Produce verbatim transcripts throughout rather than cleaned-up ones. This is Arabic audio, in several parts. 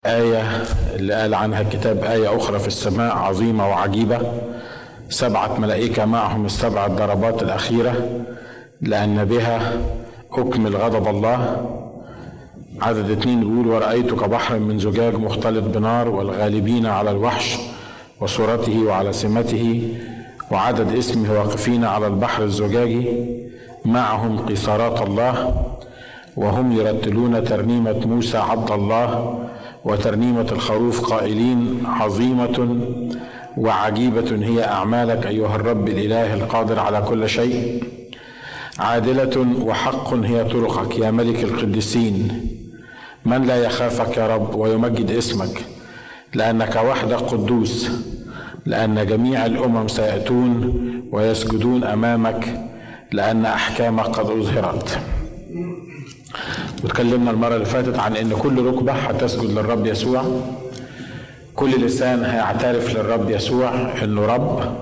آية اللي قال عنها الكتاب آية أخرى في السماء عظيمة وعجيبة، سبعة ملائكة معهم السبع الضربات الأخيرة لأن بها أكمل غضب الله. عدد اتنين بيقول: ورأيت كبحر من زجاج مختلط بنار والغالبين على الوحش وصورته وعلى سمته وعدد اسمه واقفين على البحر الزجاجي معهم قيصارات الله، وهم يرتلون ترنيمة موسى عبد الله وترنيمة الخروف قائلين: عظيمة وعجيبة هي أعمالك أيها الرب الإله القادر على كل شيء، عادلة وحق هي طرقك يا ملك القديسين. من لا يخافك يا رب ويمجد اسمك، لأنك وحدك قدوس، لأن جميع الأمم سيأتون ويسجدون أمامك، لأن أحكامك قد أظهرت. وتكلمنا المرة اللي فاتت عن إن كل ركبة هتسجد للرب يسوع، كل لسان هيعترف للرب يسوع إنه رب،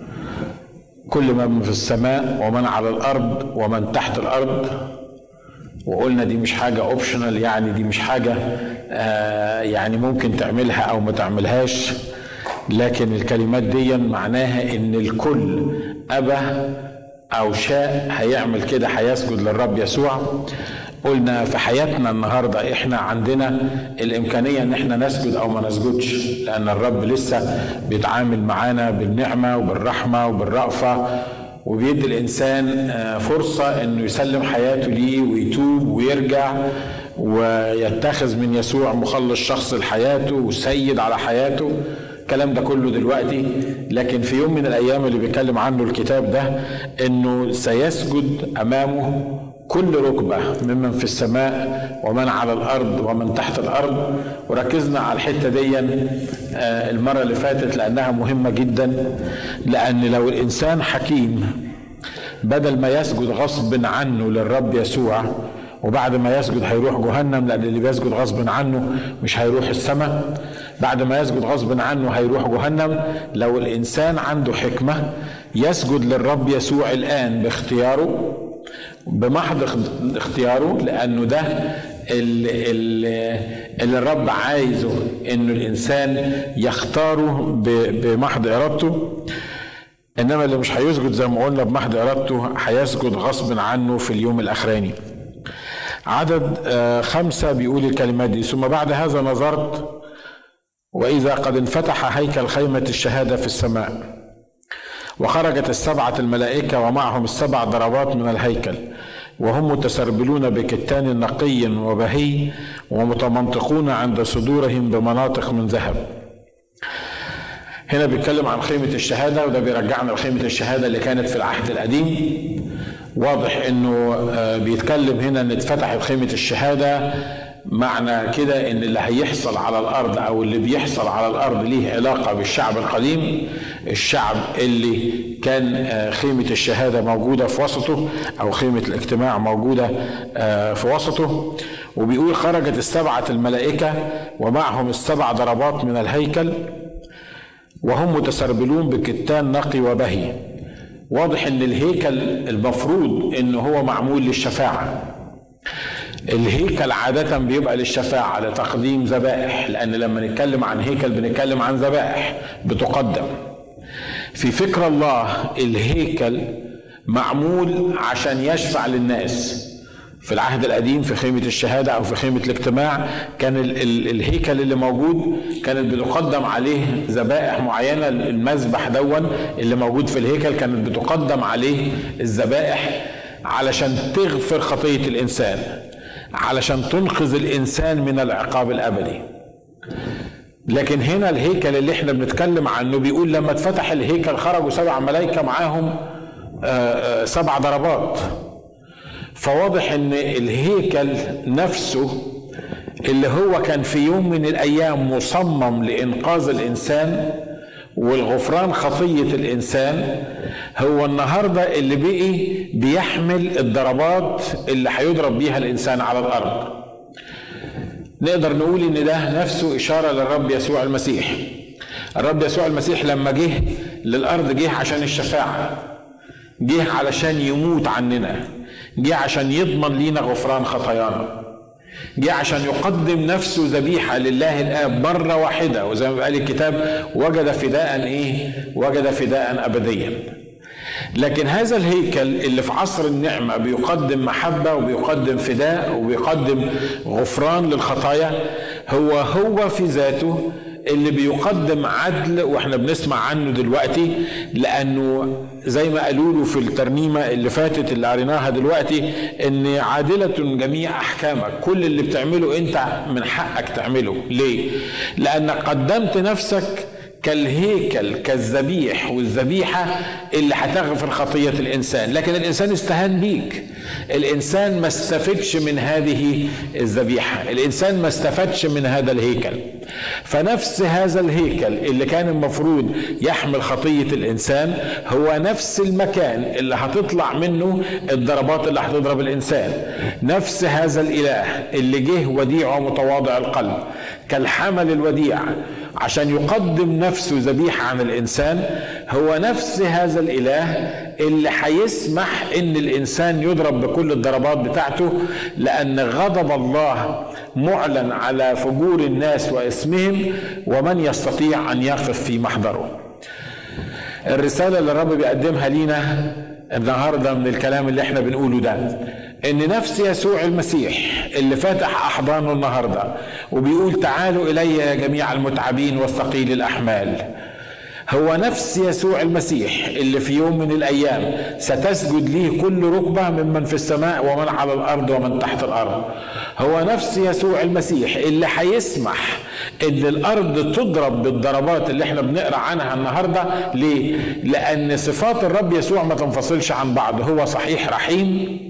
كل من في السماء ومن على الأرض ومن تحت الأرض. وقلنا دي مش حاجة اوبشنال، يعني دي مش حاجة آه يعني ممكن تعملها أو ما تعملهاش، لكن الكلمات دي معناها إن الكل أبى أو شاء هيعمل كده، هيسجد للرب يسوع. قلنا في حياتنا النهاردة احنا عندنا الامكانية ان احنا نسجد او ما نسجدش، لان الرب لسه بيتعامل معانا بالنعمة وبالرحمة وبالرأفة، وبيدي الانسان فرصة انه يسلم حياته ليه ويتوب ويرجع ويتخذ من يسوع مخلص شخص لحياته وسيد على حياته. الكلام ده كله دلوقتي، لكن في يوم من الايام اللي بيتكلم عنه الكتاب ده انه سيسجد امامه كل ركبة ممن في السماء ومن على الأرض ومن تحت الأرض. وركزنا على الحتة دي المرة اللي فاتت لأنها مهمة جدا، لأن لو الإنسان حكيم بدل ما يسجد غصب عنه للرب يسوع، وبعد ما يسجد هيروح جهنم، لأن اللي بيسجد غصب عنه مش هيروح السماء، بعد ما يسجد غصب عنه هيروح جهنم. لو الإنسان عنده حكمة يسجد للرب يسوع الآن باختياره، بمحض اختياره، لأنه ده اللي, اللي الرب عايزه، إنه الإنسان يختاره بمحض إرادته. إنما اللي مش هيسجد زي ما قلنا بمحض إرادته هيسجد غصب عنه في اليوم الأخراني. عدد خمسة بيقول الكلمات دي: ثم بعد هذا نظرت وإذا قد انفتح هيكل خيمة الشهادة في السماء، وخرجت السبعة الملائكة ومعهم السبع ضربات من الهيكل، وهم متسربلون بكتان نقي وبهي ومتمنطقون عند صدورهم بمناطق من ذهب. هنا بيتكلم عن خيمة الشهادة، وده بيرجعنا لخيمة الشهادة اللي كانت في العهد القديم. واضح انه بيتكلم هنا ان اتفتحت خيمة الشهادة، معنى كده ان اللي هيحصل على الارض او اللي بيحصل على الارض ليه علاقة بالشعب القديم، الشعب اللي كان خيمة الشهادة موجودة في وسطه او خيمة الاجتماع موجودة في وسطه. وبيقول: خرجت السبعة الملائكة ومعهم السبع ضربات من الهيكل، وهم متسربلون بكتان نقي وبهي. واضح ان الهيكل المفروض ان هو معمول للشفاعة. الهيكل عادة بيبقى للشفاعة، لتقديم ذبائح، لأن لما نتكلم عن هيكل بنتكلم عن ذبائح بتقدم. في فكر الله الهيكل معمول عشان يشفع للناس. في العهد القديم في خيمة الشهادة أو في خيمة الاجتماع كان ال ال الهيكل اللي موجود كانت بتقدم عليه ذبائح معينة. المذبح دون اللي موجود في الهيكل كانت بتقدم عليه الذبائح علشان تغفر خطية الإنسان، علشان تنقذ الإنسان من العقاب الأبدي. لكن هنا الهيكل اللي احنا بنتكلم عنه بيقول لما اتفتح الهيكل خرجوا سبع ملائكة معاهم سبع ضربات. فواضح ان الهيكل نفسه اللي هو كان في يوم من الأيام مصمم لإنقاذ الإنسان والغفران خطية الإنسان، هو النهاردة اللي بقي بيحمل الضربات اللي هيضرب بيها الإنسان على الأرض. نقدر نقول إن ده نفسه إشارة للرب يسوع المسيح. الرب يسوع المسيح لما جه للأرض جه عشان الشفاعة، جه علشان يموت عننا، جه عشان يضمن لينا غفران خطايانا، جه عشان يقدم نفسه ذبيحة لله الآب مرة واحدة، وزي ما قال الكتاب وجد فداء ايه؟ وجد فداء أبديا. لكن هذا الهيكل اللي في عصر النعمة بيقدم محبة وبيقدم فداء وبيقدم غفران للخطايا، هو هو في ذاته اللي بيقدم عدل، واحنا بنسمع عنه دلوقتي، لانه زي ما قالوا له في الترنيمه اللي فاتت اللي قريناها دلوقتي، ان عادله جميع احكامك، كل اللي بتعمله انت من حقك تعمله. ليه؟ لانك قدمت نفسك كالهيكل، كالذبيح والذبيحة اللي هتغفر خطية الإنسان. لكن الإنسان استهان بيك، الإنسان ما استفدش من هذه الذبيحة، الإنسان ما استفدش من هذا الهيكل. فنفس هذا الهيكل اللي كان المفروض يحمل خطية الإنسان هو نفس المكان اللي هتطلع منه الضربات اللي هتضرب الإنسان. نفس هذا الإله اللي جه وديع ومتواضع القلب كالحمل الوديع عشان يقدم نفسه ذبيحة عن الإنسان، هو نفس هذا الإله اللي هيسمح إن الإنسان يضرب بكل الضربات بتاعته، لأن غضب الله معلن على فجور الناس واسمهم، ومن يستطيع أن يقف في محضره. الرسالة اللي الرب بيقدمها لينا النهاردة من الكلام اللي احنا بنقوله ده، ان نفس يسوع المسيح اللي فاتح احضانه النهارده وبيقول تعالوا الي يا جميع المتعبين والثقيل الاحمال، هو نفس يسوع المسيح اللي في يوم من الايام ستسجد ليه كل ركبه ممن في السماء ومن على الارض ومن تحت الارض. هو نفس يسوع المسيح اللي هيسمح ان الارض تضرب بالضربات اللي احنا بنقرا عنها النهارده. ليه؟ لان صفات الرب يسوع ما تنفصلش عن بعض. هو صحيح رحيم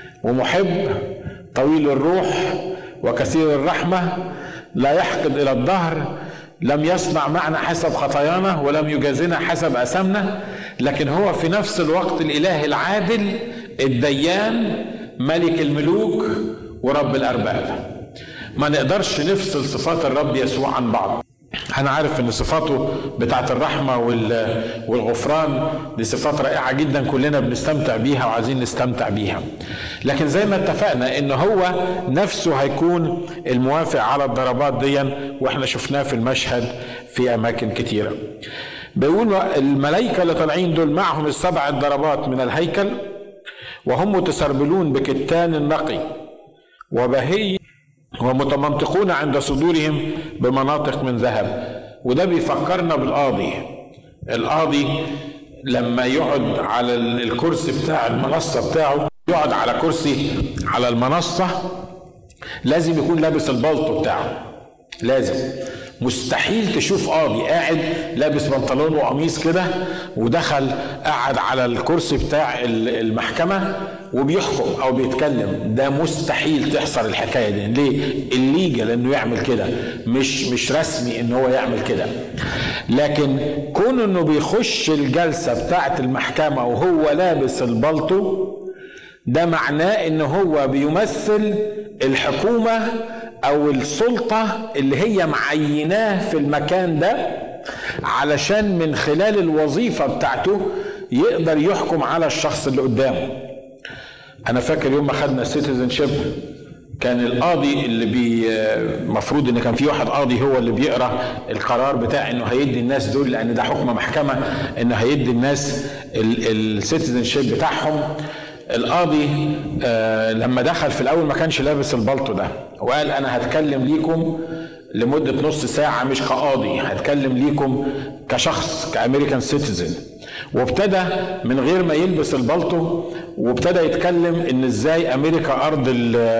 ومحب طويل الروح وكثير الرحمة، لا يحقد إلى الدهر، لم يصنع معنا حسب خطايانا ولم يجازنا حسب أثامنا، لكن هو في نفس الوقت الإله العادل الديان ملك الملوك ورب الأرباب. ما نقدرش نفصل صفات الرب يسوع عن بعض. أنا عارف إن صفاته بتاعت الرحمة والغفران دي صفات رائعة جدا كلنا بنستمتع بيها وعايزين نستمتع بيها، لكن زي ما اتفقنا إن هو نفسه هيكون الموافق على الضربات دي، وإحنا شفناه في المشهد في أماكن كتيرة. بيقول الملائكة اللي طالعين دول معهم السبع الضربات من الهيكل، وهم متسربلون بكتان النقي وبهي ومتمنطقون عند صدورهم بمناطق من ذهب. وده بيفكرنا بالقاضي. القاضي لما يقعد على الكرسي بتاع المنصة بتاعه، يقعد على كرسي على المنصة لازم يكون لابس البلطو بتاعه، لازم. مستحيل تشوف قاضي قاعد لابس بنطلون وقميص كده ودخل قاعد على الكرسي بتاع المحكمة وبيحكم او بيتكلم. ده مستحيل تحصل الحكاية دي. ليه؟ الليجا لانه يعمل كده، مش مش رسمي ان هو يعمل كده. لكن كون انه بيخش الجلسة بتاعت المحكمة وهو لابس البلطو، ده معناه ان هو بيمثل الحكومة او السلطة اللي هي معيناه في المكان ده، علشان من خلال الوظيفة بتاعته يقدر يحكم على الشخص اللي قدامه. انا فاكر يوم ما خدنا السيتيزنشيب كان القاضي اللي بي مفروض ان كان في واحد قاضي هو اللي بيقرا القرار بتاع انه هيدي الناس دول، لان ده حكم محكمة، انه هيدي الناس السيتيزنشيب بتاعهم. القاضي آه لما دخل في الاول ما كانش لابس البلطو ده، وقال انا هتكلم ليكم لمدة نص ساعة مش كقاضي، هتكلم ليكم كشخص كأمريكان سيتيزن. وابتدى من غير ما يلبس البلطو، وابتدى يتكلم ان ازاي امريكا ارض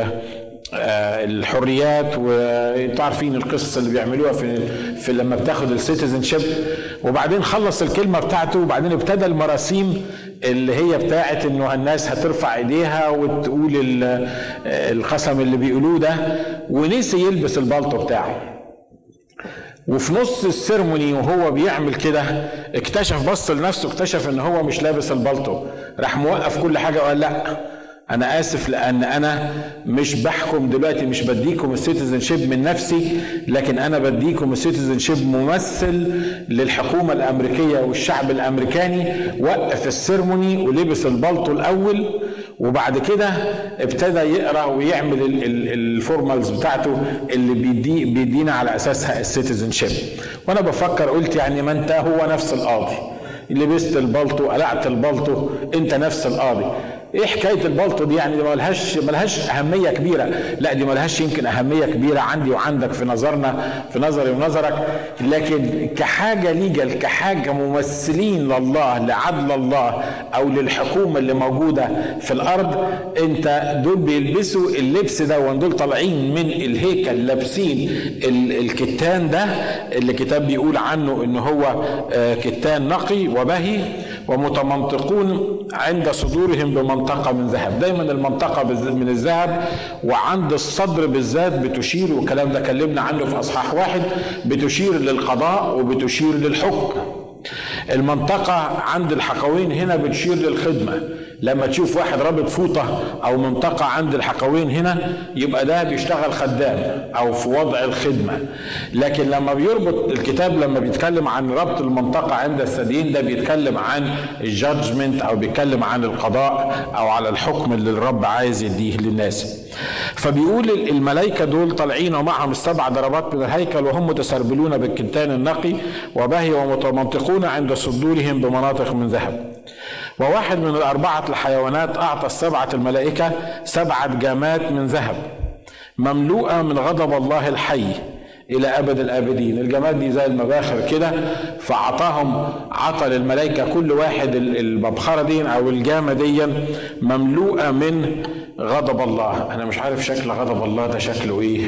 الحريات، وانتوا عارفين القصص اللي بيعملوها في, في لما بتاخد السيتيزنشيب. وبعدين خلص الكلمة بتاعته، وبعدين ابتدى المراسيم اللي هي بتاعت انه الناس هترفع ايديها وتقول القسم اللي بيقولوه ده، ونسي يلبس البلطو بتاعه. وفي نص السيرموني وهو بيعمل كده اكتشف، بص لنفسه اكتشف ان هو مش لابس البلطو، راح موقف كل حاجة وقال لا انا اسف، لان انا مش بحكم دلوقتي، مش بديكم السيتيزنشيب من نفسي، لكن انا بديكم السيتيزنشيب ممثل للحكومة الامريكية والشعب الامريكاني. وقف السيرموني ولبس البلطو الاول، وبعد كده ابتدى يقرا ويعمل الفورمالز بتاعته اللي بيدي بيدينا على اساسها السيتيزن شيب. وانا بفكر قلت يعني ما انت هو نفس القاضي، لبست البلطو قلعت البلطو انت نفس القاضي. ايه حكايه البلطو دي؟ يعني ما لهاش ما لهاش اهميه كبيره. لا دي ما لهاش يمكن اهميه كبيره عندي وعندك في نظرنا، في نظري ونظرك، لكن كحاجه ليجل، كحاجه ممثلين لله لعدل الله او للحكومه اللي موجوده في الارض، انت دول بيلبسوا اللبس ده ودول طالعين من الهيكل لابسين الكتان ده اللي الكتاب بيقول عنه ان هو كتان نقي وبهي، ومتمنطقون عند صدورهم بمنطقة من ذهب. دايما المنطقة من الذهب، وعند الصدر بالذات بتشير، والكلام ده كلمنا عنه في أصحاح واحد، بتشير للقضاء وبتشير للحكم. المنطقة عند الحقوين هنا بتشير للخدمة. لما تشوف واحد رابط فوطة أو منطقة عند الحقوين هنا يبقى ده بيشتغل خدام أو في وضع الخدمة. لكن لما بيربط الكتاب، لما بيتكلم عن ربط المنطقة عند الثديين، ده بيتكلم عن الجادجمنت أو بيتكلم عن القضاء أو على الحكم اللي الرب عايز يديه للناس. فبيقول الملائكة دول طالعين ومعهم السبع ضربات من الهيكل وهم متسربلون بالكتان النقي وبهي ومتمنطقون عند صدورهم بمناطق من ذهب. وواحد من الأربعة الحيوانات أعطى السبعة الملائكة سبعة جامات من ذهب مملوءة من غضب الله الحي إلى أبد الآبدين. الجامات دي زي المباخر كده، فعطاهم عطى للملائكة كل واحد المبخرة دي أو الجامة دي مملوءة من غضب الله. أنا مش عارف شكل غضب الله ده شكله إيه.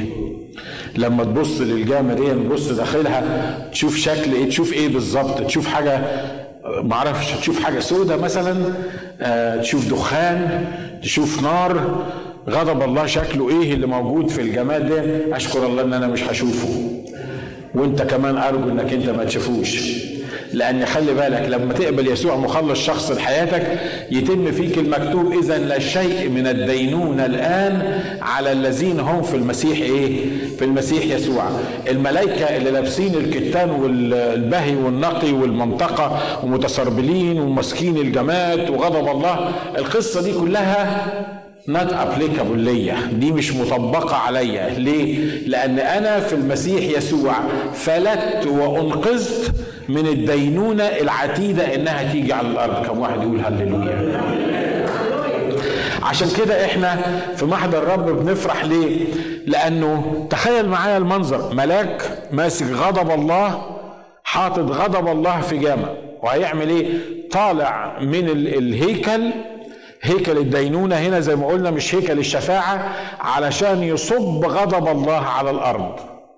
لما تبص للجامة دي، تبص داخلها تشوف شكل إيه، تشوف إيه بالظبط، تشوف حاجة معرفش، تشوف حاجة سودة مثلا، آه، تشوف دخان، تشوف نار. غضب الله شكله ايه اللي موجود في الجماد ده؟ اشكر الله ان انا مش هشوفه، وانت كمان ارجو انك انت ما تشوفوش. لان خلي بالك لما تقبل يسوع مخلص شخص لحياتك يتم فيك المكتوب اذا لا شيء من الدينونة الان على الذين هم في المسيح ايه؟ في المسيح يسوع. الملائكة اللي لابسين الكتان والبهي والنقي والمنطقة ومتسربلين وماسكين الجماد وغضب الله، القصة دي كلها not applicable ليا، دي مش مطبقة عليا. ليه؟ لأن أنا في المسيح يسوع فلت وأنقذت من الدينونة العتيدة إنها تيجي على الأرض. كم واحد يقول هللويا؟ عشان كده إحنا في محضر الرب بنفرح. ليه؟ لأنه تخيل معايا المنظر، ملاك ماسك غضب الله، حاطط غضب الله في جامع، وهيعمل إيه؟ طالع من الهيكل، هيكل الدينونة هنا زي ما قلنا مش هيكل الشفاعة، علشان يصب غضب الله على الأرض.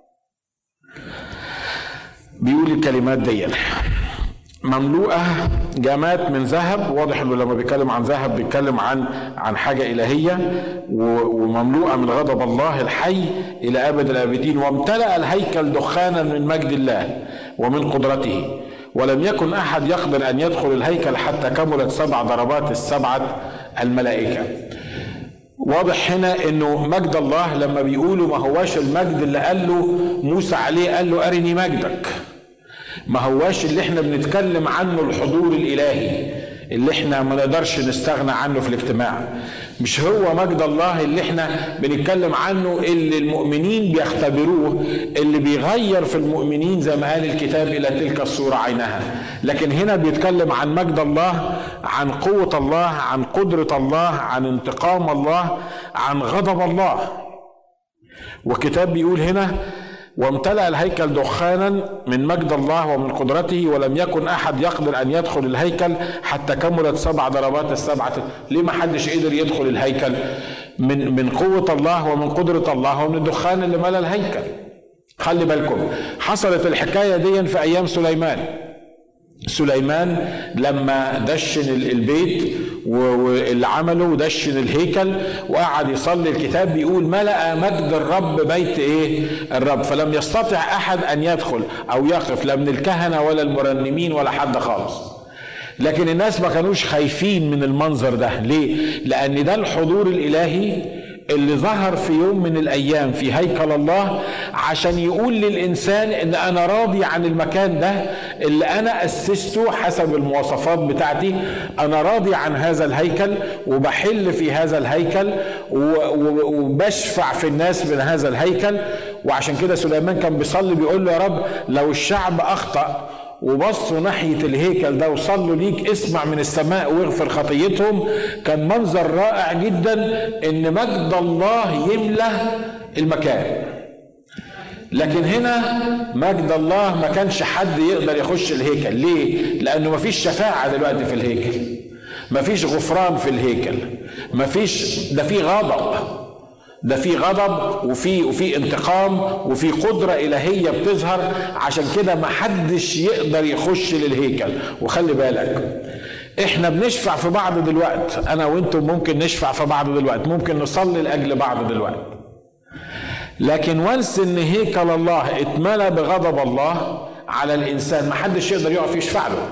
بيقول الكلمات دي مملوءة جامات من ذهب. واضح انه لما بيتكلم عن ذهب بيتكلم عن عن حاجة إلهية، ومملوءة من غضب الله الحي إلى أبد الآبدين. وامتلأ الهيكل دخانا من مجد الله ومن قدرته، ولم يكن أحد يقدر أن يدخل الهيكل حتى كملت سبع ضربات السبعة الملائكة. واضح هنا انه مجد الله لما بيقولوا ما هواش المجد اللي قال له موسى عليه، قال له أرني مجدك. ما هواش اللي احنا بنتكلم عنه الحضور الإلهي اللي احنا ما نقدرش نستغنى عنه في الاجتماع. مش هو مجد الله اللي احنا بنتكلم عنه اللي المؤمنين بيختبروه، اللي بيغير في المؤمنين زي ما قال الكتاب إلى تلك الصورة عينها. لكن هنا بيتكلم عن مجد الله، عن قوة الله، عن قدرة الله، عن انتقام الله، عن غضب الله. والكتاب بيقول هنا وامتلأ الهيكل دخانا من مجد الله ومن قدرته، ولم يكن أحد يقدر أن يدخل الهيكل حتى كملت سبع ضربات السبعة. ليه ما حدش قدر يدخل الهيكل؟ من من قوة الله ومن قدرة الله ومن الدخان اللي ملأ الهيكل. خلي بالكم، حصلت الحكاية دي في أيام سليمان. سليمان لما دشن البيت واللي عمله ودشن الهيكل وقعد يصلي، الكتاب بيقول ملأ مجد الرب بيت ايه؟ الرب، فلم يستطع احد ان يدخل او يقف، لا من الكهنة ولا المرنمين ولا حد خالص. لكن الناس ما كانوش خايفين من المنظر ده. ليه؟ لان ده الحضور الالهي اللي ظهر في يوم من الأيام في هيكل الله عشان يقول للإنسان إن أنا راضي عن المكان ده اللي أنا أسسته حسب المواصفات بتاعتي. أنا راضي عن هذا الهيكل وبحل في هذا الهيكل وبشفع في الناس من هذا الهيكل. وعشان كده سليمان كان بيصلي بيقول له يا رب لو الشعب أخطأ وبصوا ناحية الهيكل ده وصلوا ليك اسمع من السماء واغفر خطيتهم. كان منظر رائع جدا ان مجد الله يملى المكان. لكن هنا مجد الله ما كانش حد يقدر يخش الهيكل. ليه؟ لانه ما فيش شفاعة دلوقتي في الهيكل، ما فيش غفران في الهيكل، ما فيش، ده في غضب، ده في غضب وفي وفي انتقام وفي قدرة إلهية بتظهر. عشان كده ما حدش يقدر يخش للهيكل. وخلي بالك احنا بنشفع في بعض دلوقتي، انا وانتم ممكن نشفع في بعض دلوقتي، ممكن نصلي لأجل بعض دلوقتي، لكن وانس ان هيكل الله اتملى بغضب الله على الانسان ما حدش يقدر يقف يشفع له.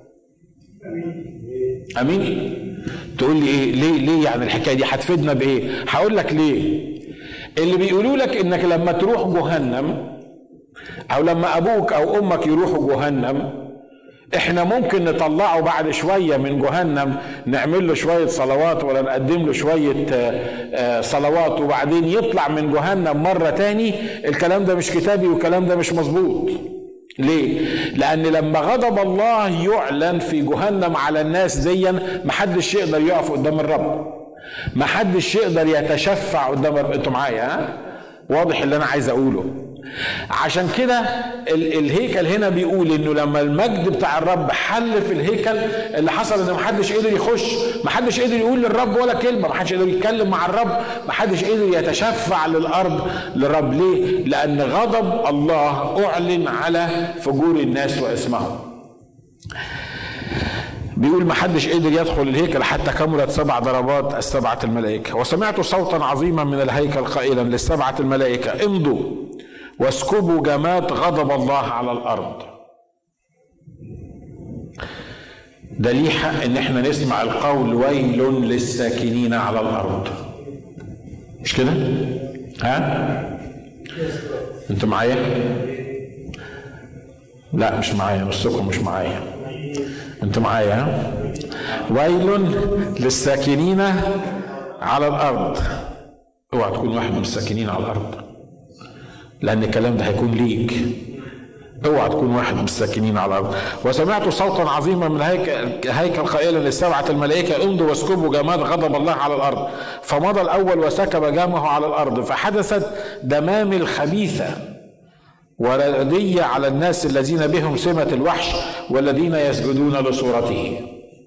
امين. تقول لي ايه؟ ليه ليه يعني الحكايه دي هتفيدنا بايه؟ هقول لك ليه. اللي بيقولوا لك انك لما تروح جهنم او لما ابوك او امك يروحوا جهنم احنا ممكن نطلعه بعد شويه من جهنم، نعمل له شويه صلوات ولا نقدم له شويه صلوات وبعدين يطلع من جهنم مره تاني. الكلام ده مش كتابي والكلام ده مش مظبوط. ليه؟ لأن لما غضب الله يعلن في جهنم على الناس ديا محدش يقدر يقف قدام الرب، محدش يقدر يتشفع قدام الرب. انتوا معايا؟ ها؟ واضح اللي أنا عايز أقوله. عشان كده الهيكل هنا بيقول إنه لما المجد بتاع الرب حل في الهيكل اللي حصل إن محدش قدر يخش، محدش قدر يقول للرب ولا كلمة، محدش قدر يتكلم مع الرب، محدش قدر يتشفع للأرض للرب. ليه؟ لأن غضب الله أعلن على فجور الناس واسمهم. بيقول ما حدش قدر يدخل الهيكل حتى كملت سبع ضربات السبعة الملائكة. وسمعت صوتا عظيما من الهيكل قائلا للسبعة الملائكة امضوا واسكبوا جماد غضب الله على الأرض. ده ليه حق ان احنا نسمع القول ويل للساكنين على الأرض، مش كده؟ ها؟ انتوا معايا؟ لا مش معايا، نصكم مش معايا. انتوا معايا؟ ويل للساكنين على الأرض. اوعى تكون واحد من الساكنين على الأرض، لأن الكلام ده هيكون ليك. اوعى تكون واحد من الساكنين على الأرض. وسمعت صوتا عظيما من هيكل قائلا للسبعة الملائكة امضوا واسكبوا جماد غضب الله على الأرض. فمضى الأول وسكب جامه على الأرض فحدثت دمامل خبيثة وردية على الناس الذين بهم سمة الوحش والذين يسجدون لصورته.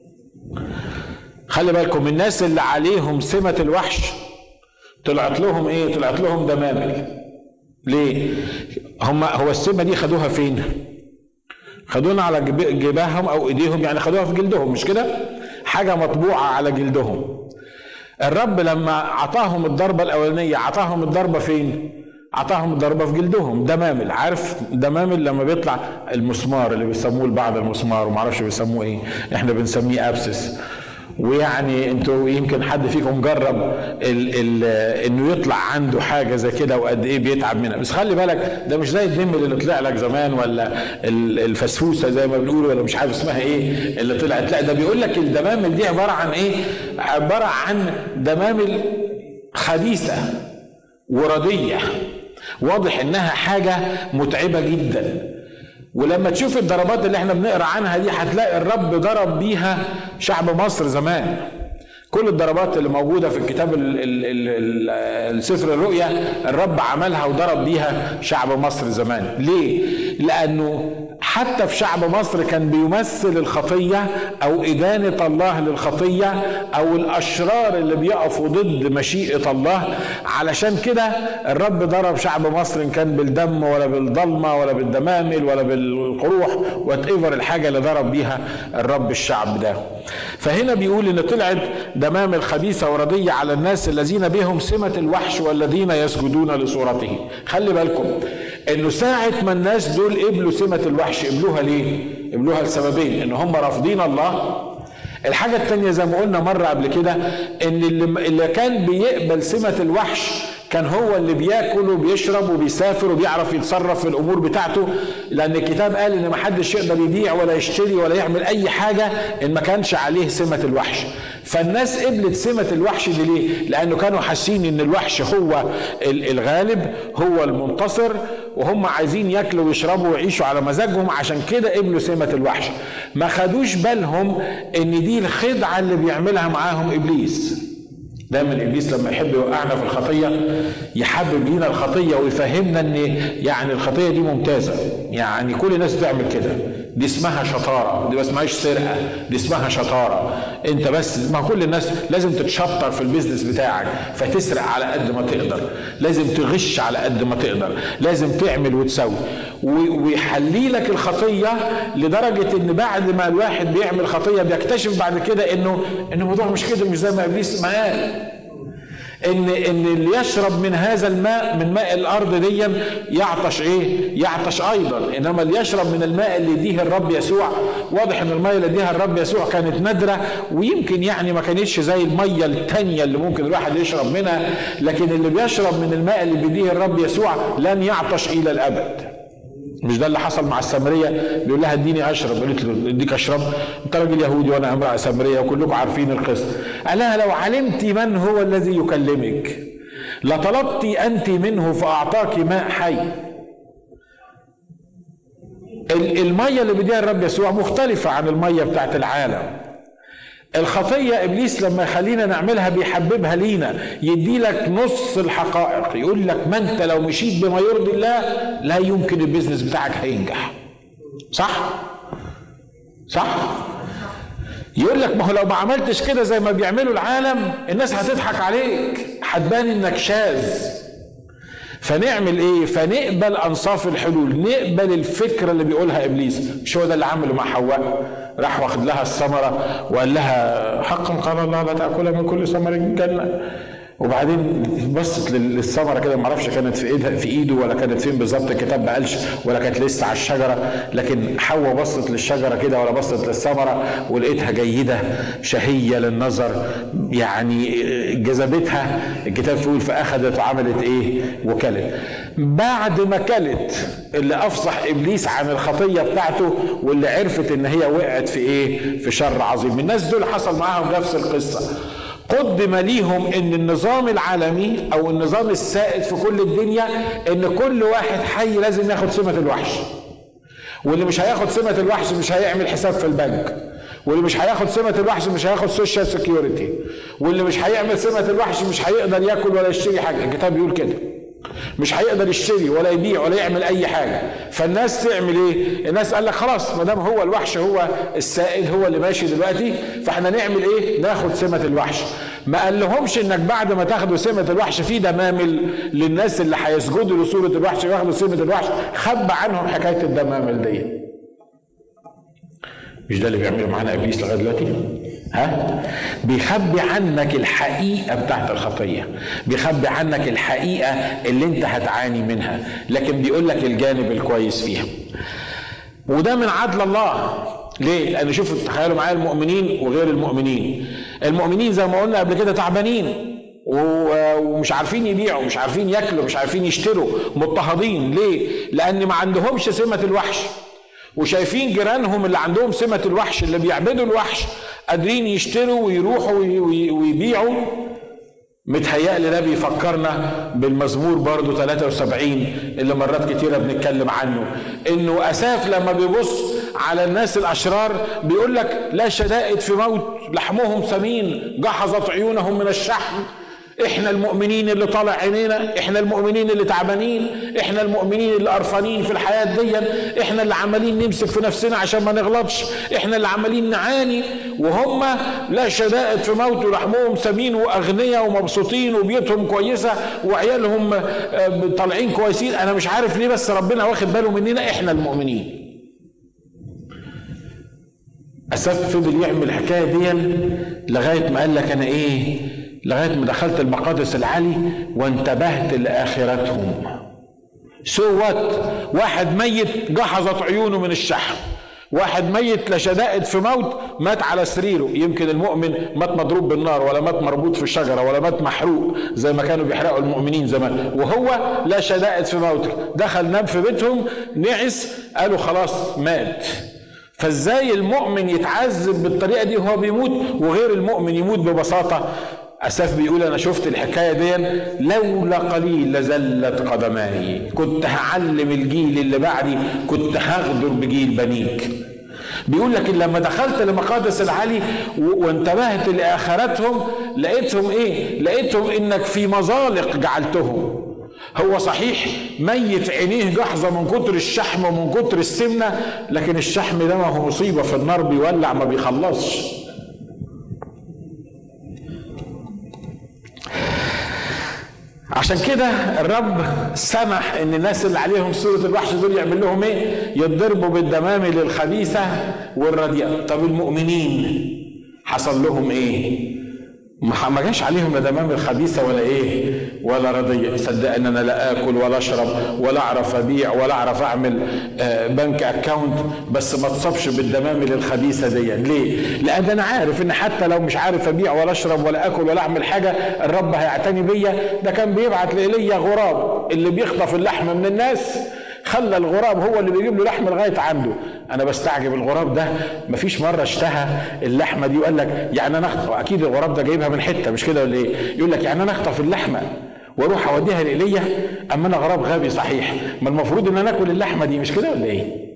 خلي بالكم الناس اللي عليهم سمة الوحش طلعت لهم ايه؟ طلعت لهم دمامل. ليه؟ هم هو السمة دي خدوها فين؟ خدونا على جباههم او ايديهم، يعني خدوها في جلدهم، مش كده؟ حاجة مطبوعة على جلدهم. الرب لما عطاهم الضربة الاولانية عطاهم الضربة فين؟ عطاهم الضربة في جلدهم. دمامل. عارف دمامل لما بيطلع المسمار اللي بيسموه البعض المسمار ومعرفش بيسموه ايه، احنا بنسميه ابسس. ويعني انتوا يمكن حد فيكم جرب ال ال انه يطلع عنده حاجه زي كده وقد ايه بيتعب منها. بس خلي بالك ده مش زي الدمل اللي طلع لك زمان ولا الفسفوسه زي ما بنقول ولا مش عارف اسمها ايه اللي طلعت. لا ده بيقول لك الدمامل دي عباره عن ايه؟ عباره عن دمامل خبيثه ورديه. واضح انها حاجه متعبه جدا. ولما تشوف الضربات اللي احنا بنقرا عنها دي هتلاقي الرب ضرب بيها شعب مصر زمان. كل الضربات اللي موجودة في الكتاب السفر الرؤيا الرب عملها وضرب بيها شعب مصر زمان. ليه؟ لأنه حتى في شعب مصر كان بيمثل الخطية أو إدانة الله للخطية أو الأشرار اللي بيقفوا ضد مشيئة الله. علشان كده الرب ضرب شعب مصر إن كان بالدم ولا بالضلمة ولا بالدمامل ولا بالقروح واتقفر الحاجة اللي ضرب بيها الرب الشعب ده. فهنا بيقول إن طلعت دمامل خبيثة وردية على الناس الذين بهم سمة الوحش والذين يسجدون لصورته. خلي بالكم انه ساعة ما الناس دول قبلوا سمة الوحش، قبلوها ليه؟ قبلوها لسببين: ان هم رافضين الله الحاجة التانية زي ما قلنا مرة قبل كده ان اللي كان بيقبل سمة الوحش كان هو اللي بياكل وبيشرب وبيسافر وبيعرف يتصرف في الامور بتاعته، لان الكتاب قال ان ما حدش يقدر يبيع ولا يشتري ولا يعمل اي حاجة ان ما كانش عليه سمة الوحش. فالناس قبلت سمة الوحش دي ليه؟ لانه كانوا حاسين ان الوحش هو الغالب، هو المنتصر، وهم عايزين ياكلوا ويشربوا ويعيشوا على مزاجهم، عشان كده قبلوا سمة الوحش. ما خدوش بالهم ان دي الخدعة اللي بيعملها معاهم ابليس. دايما ابليس لما يحب يوقعنا في الخطيه يحبب لينا الخطيه ويفهمنا ان يعني الخطيه دي ممتازه، يعني كل الناس بتعمل كده، دي اسمها شطاره، دي ما اسمهاش سرقه، دي اسمها شطاره. انت بس ما كل الناس لازم تتشطر في البيزنس بتاعك، فتسرق على قد ما تقدر، لازم تغش على قد ما تقدر، لازم تعمل وتسوي، ويحلي لك الخطيه لدرجه ان بعد ما الواحد بيعمل خطيه بيكتشف بعد كده انه ان الموضوع مش كده، مش زي ما ابليس ما قال. ان ان اللي يشرب من هذا الماء، من ماء الارض دي، يعطش ايه؟ يعطش ايضا. انما اللي يشرب من الماء اللي يديه الرب يسوع، واضح ان الميه اللي يديها الرب يسوع كانت نادره، ويمكن يعني ما كانتش زي الميه التانيه اللي ممكن الواحد يشرب منها، لكن اللي بيشرب من الماء اللي بيديه الرب يسوع لن يعطش الى الابد. مش ده اللي حصل مع السامريه؟ بيقول لها اديني اشرب، قالت له اديك اشرب؟ انت راجل يهودي وانا امراه سامريه وكلكم عارفين القصه. قال لها لو علمت من هو الذي يكلمك لطلبت انت منه فاعطاك ماء حي. الميه اللي بيديها الرب يسوع مختلفه عن الميه بتاعت العالم. الخطيه ابليس لما يخلينا نعملها بيحببها لينا، يدي لك نص الحقائق، يقول لك ما انت لو مشيت بما يرضي الله لا يمكن البيزنس بتاعك هينجح. صح؟ صح؟ يقول لك ما هو لو ما عملتش كده زي ما بيعملوا العالم الناس هتضحك عليك، هتبان انك شاذ. فنعمل ايه؟ فنقبل انصاف الحلول، نقبل الفكره اللي بيقولها ابليس. مش هو ده اللي عمله مع حواء؟ راح واخد لها الثمره وقال لها حقا قال الله لا تاكل من كل ثمر الجنه، وبعدين بصت للثمره كده، ما اعرفش كانت في ايدها في ايده ولا كانت فين بالظبط، الكتاب ما قالش، ولا كانت لسه على الشجره، لكن حواء بصت للشجره كده ولا بصت للثمره ولقيتها جيده شهيه للنظر، يعني جذبتها. الكتاب بيقول فاخذت وعملت ايه؟ وكلت. بعد ما كلت اللي افصح ابليس عن الخطيه بتاعته، واللي عرفت ان هي وقعت في ايه؟ في شر عظيم. الناس دول حصل معاهم نفس القصه. قدم ليهم ان النظام العالمي او النظام السائد في كل الدنيا ان كل واحد حي لازم ياخد سمة الوحش، واللي مش هياخد سمة الوحش مش هيعمل حساب في البنك، واللي مش هياخد سمة الوحش مش هياخد سوشيال سيكيورتي، واللي مش هيعمل سمة الوحش مش هيقدر ياكل ولا يشتري حاجة. الكتاب بيقول كده، مش هيقدر يشتري ولا يبيع ولا يعمل اي حاجه. فالناس تعمل ايه؟ الناس قال لك خلاص ما دام هو الوحش هو السائد هو اللي ماشي دلوقتي، فاحنا نعمل ايه؟ ناخد سمه الوحش. ما قال لهمش انك بعد ما تاخدوا سمه الوحش في دمامل للناس اللي هيسجدوا لصوره الوحش وياخدوا سمه الوحش، خبى عنهم حكايه الدمامل دي. مش ده اللي بيعمله معانا ابليس لغايه دلوقتي؟ ها؟ بيخبي عنك الحقيقه بتاعت الخطيه، بيخبي عنك الحقيقه اللي انت هتعاني منها، لكن بيقول لك الجانب الكويس فيها. وده من عدل الله. ليه؟ لان شوفوا تخيلوا معايا المؤمنين وغير المؤمنين. المؤمنين زي ما قلنا قبل كده تعبانين ومش عارفين يبيعوا، مش عارفين ياكلوا، مش عارفين يشتروا، مضطهدين. ليه؟ لان ما عندهمش سمه الوحش، وشايفين جيرانهم اللي عندهم سمة الوحش اللي بيعبدوا الوحش قادرين يشتروا ويروحوا ويبيعوا. متهيألي ده بيفكرنا بالمزمور برضو ثلاثة وسبعين اللي مرات كتيرة بنتكلم عنه، انه اساف لما بيبص على الناس الاشرار بيقول لك لا شدائد في موت لحمهم ثمين جحظت عيونهم من الشحم. احنا المؤمنين اللي طالع عينينا، احنا المؤمنين اللي تعبانين، احنا المؤمنين اللي قرفانين في الحياة دي، احنا اللي عمالين نمسك في نفسنا عشان ما نغلطش، احنا اللي عمالين نعاني، وهم لا شدائد في موت ولحمهم ثمين واغنياء ومبسوطين وبيوتهم كويسة وعيالهم طالعين كويسين. انا مش عارف ليه بس ربنا واخد باله مننا احنا المؤمنين. اساف فضل يعمل الحكاية دي لغاية ما قال لك انا ايه؟ لغاية ما دخلت المقادس العالي وانتبهت لآخرتهم. سو وات؟ واحد ميت جحظت عيونه من الشحم، واحد ميت لا شدائد في موت، مات على سريره. يمكن المؤمن مات مضروب بالنار، ولا مات مربوط في الشجرة، ولا مات محروق زي ما كانوا بيحرقوا المؤمنين زمان، وهو لا شدائد في موته. دخل نام في بيتهم، نعس، قالوا خلاص مات. فازاي المؤمن يتعذب بالطريقة دي وهو بيموت، وغير المؤمن يموت ببساطة؟ أساف بيقول أنا شفت الحكاية دي، لولا قليل لزلت قدماي، كنت هعلم الجيل اللي بعدي، كنت هغدر بجيل بنيك. بيقول لك لما دخلت لمقادس العلي وانتبهت لآخرتهم، لقيتهم إيه؟ لقيتهم إنك في مزالق جعلتهم. هو صحيح ميت عينيه جحظة من كتر الشحم ومن كتر السمنة، لكن الشحم ده ما هو مصيبة في النار، بيولع ما بيخلصش. عشان كده الرب سمح ان الناس اللي عليهم سورة الوحش دول يعمل لهم ايه؟ يتضربوا بالدمامل الخبيثة والرديئة. طب المؤمنين حصل لهم ايه؟ ما جاش عليهم لا دمامل خبيثة ولا ايه ولا رضيئة. صدق ان انا لا اكل ولا اشرب ولا اعرف ابيع ولا اعرف اعمل بنك اكاونت، بس ما اتصابش بالدمامل الخبيثة دي. ليه؟ لان انا عارف ان حتى لو مش عارف ابيع ولا اشرب ولا اكل ولا اعمل حاجة، الرب هيعتني بيا. ده كان بيبعت لإيليا غراب اللي بيخطف اللحم من الناس، خلى الغراب هو اللي بيجيب له لحم لغايه عنده. انا بستعجب الغراب ده، مفيش مره اشتهى اللحمه دي وقال لك يعني انا اخطف، اكيد الغراب ده جايبها من حته مش كده ولا ايه؟ يقول لك يعني انا اخطف اللحمه واروح اوديها لإيليا؟ اما انا غراب غبي صحيح، ما المفروض ان انا اكل اللحمه دي مش كده ولا ايه؟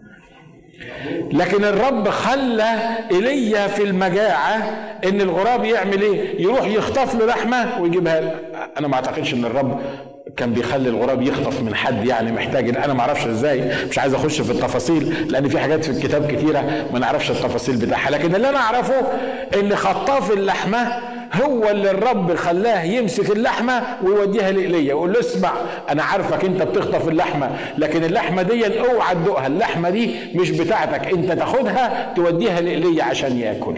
لكن الرب خلى إيليا في المجاعة ان الغراب يعمل ايه؟ يروح يخطف له لحمه ويجيبها له. انا ما اعتقدش ان الرب كان بيخلي الغراب يخطف من حد يعني محتاج. انا ما اعرفش ازاي، مش عايز اخش في التفاصيل لان في حاجات في الكتاب كتيره ما نعرفش التفاصيل بتاعها. لكن اللي انا اعرفه ان خطاف اللحمه هو اللي الرب خلاه يمسك اللحمه ويوديها لإيليا، يقول له اسمع انا عارفك انت بتخطف اللحمه، لكن اللحمه دي اوعى تدوقها، اللحمه دي مش بتاعتك، انت تاخدها توديها لإيليا عشان ياكل.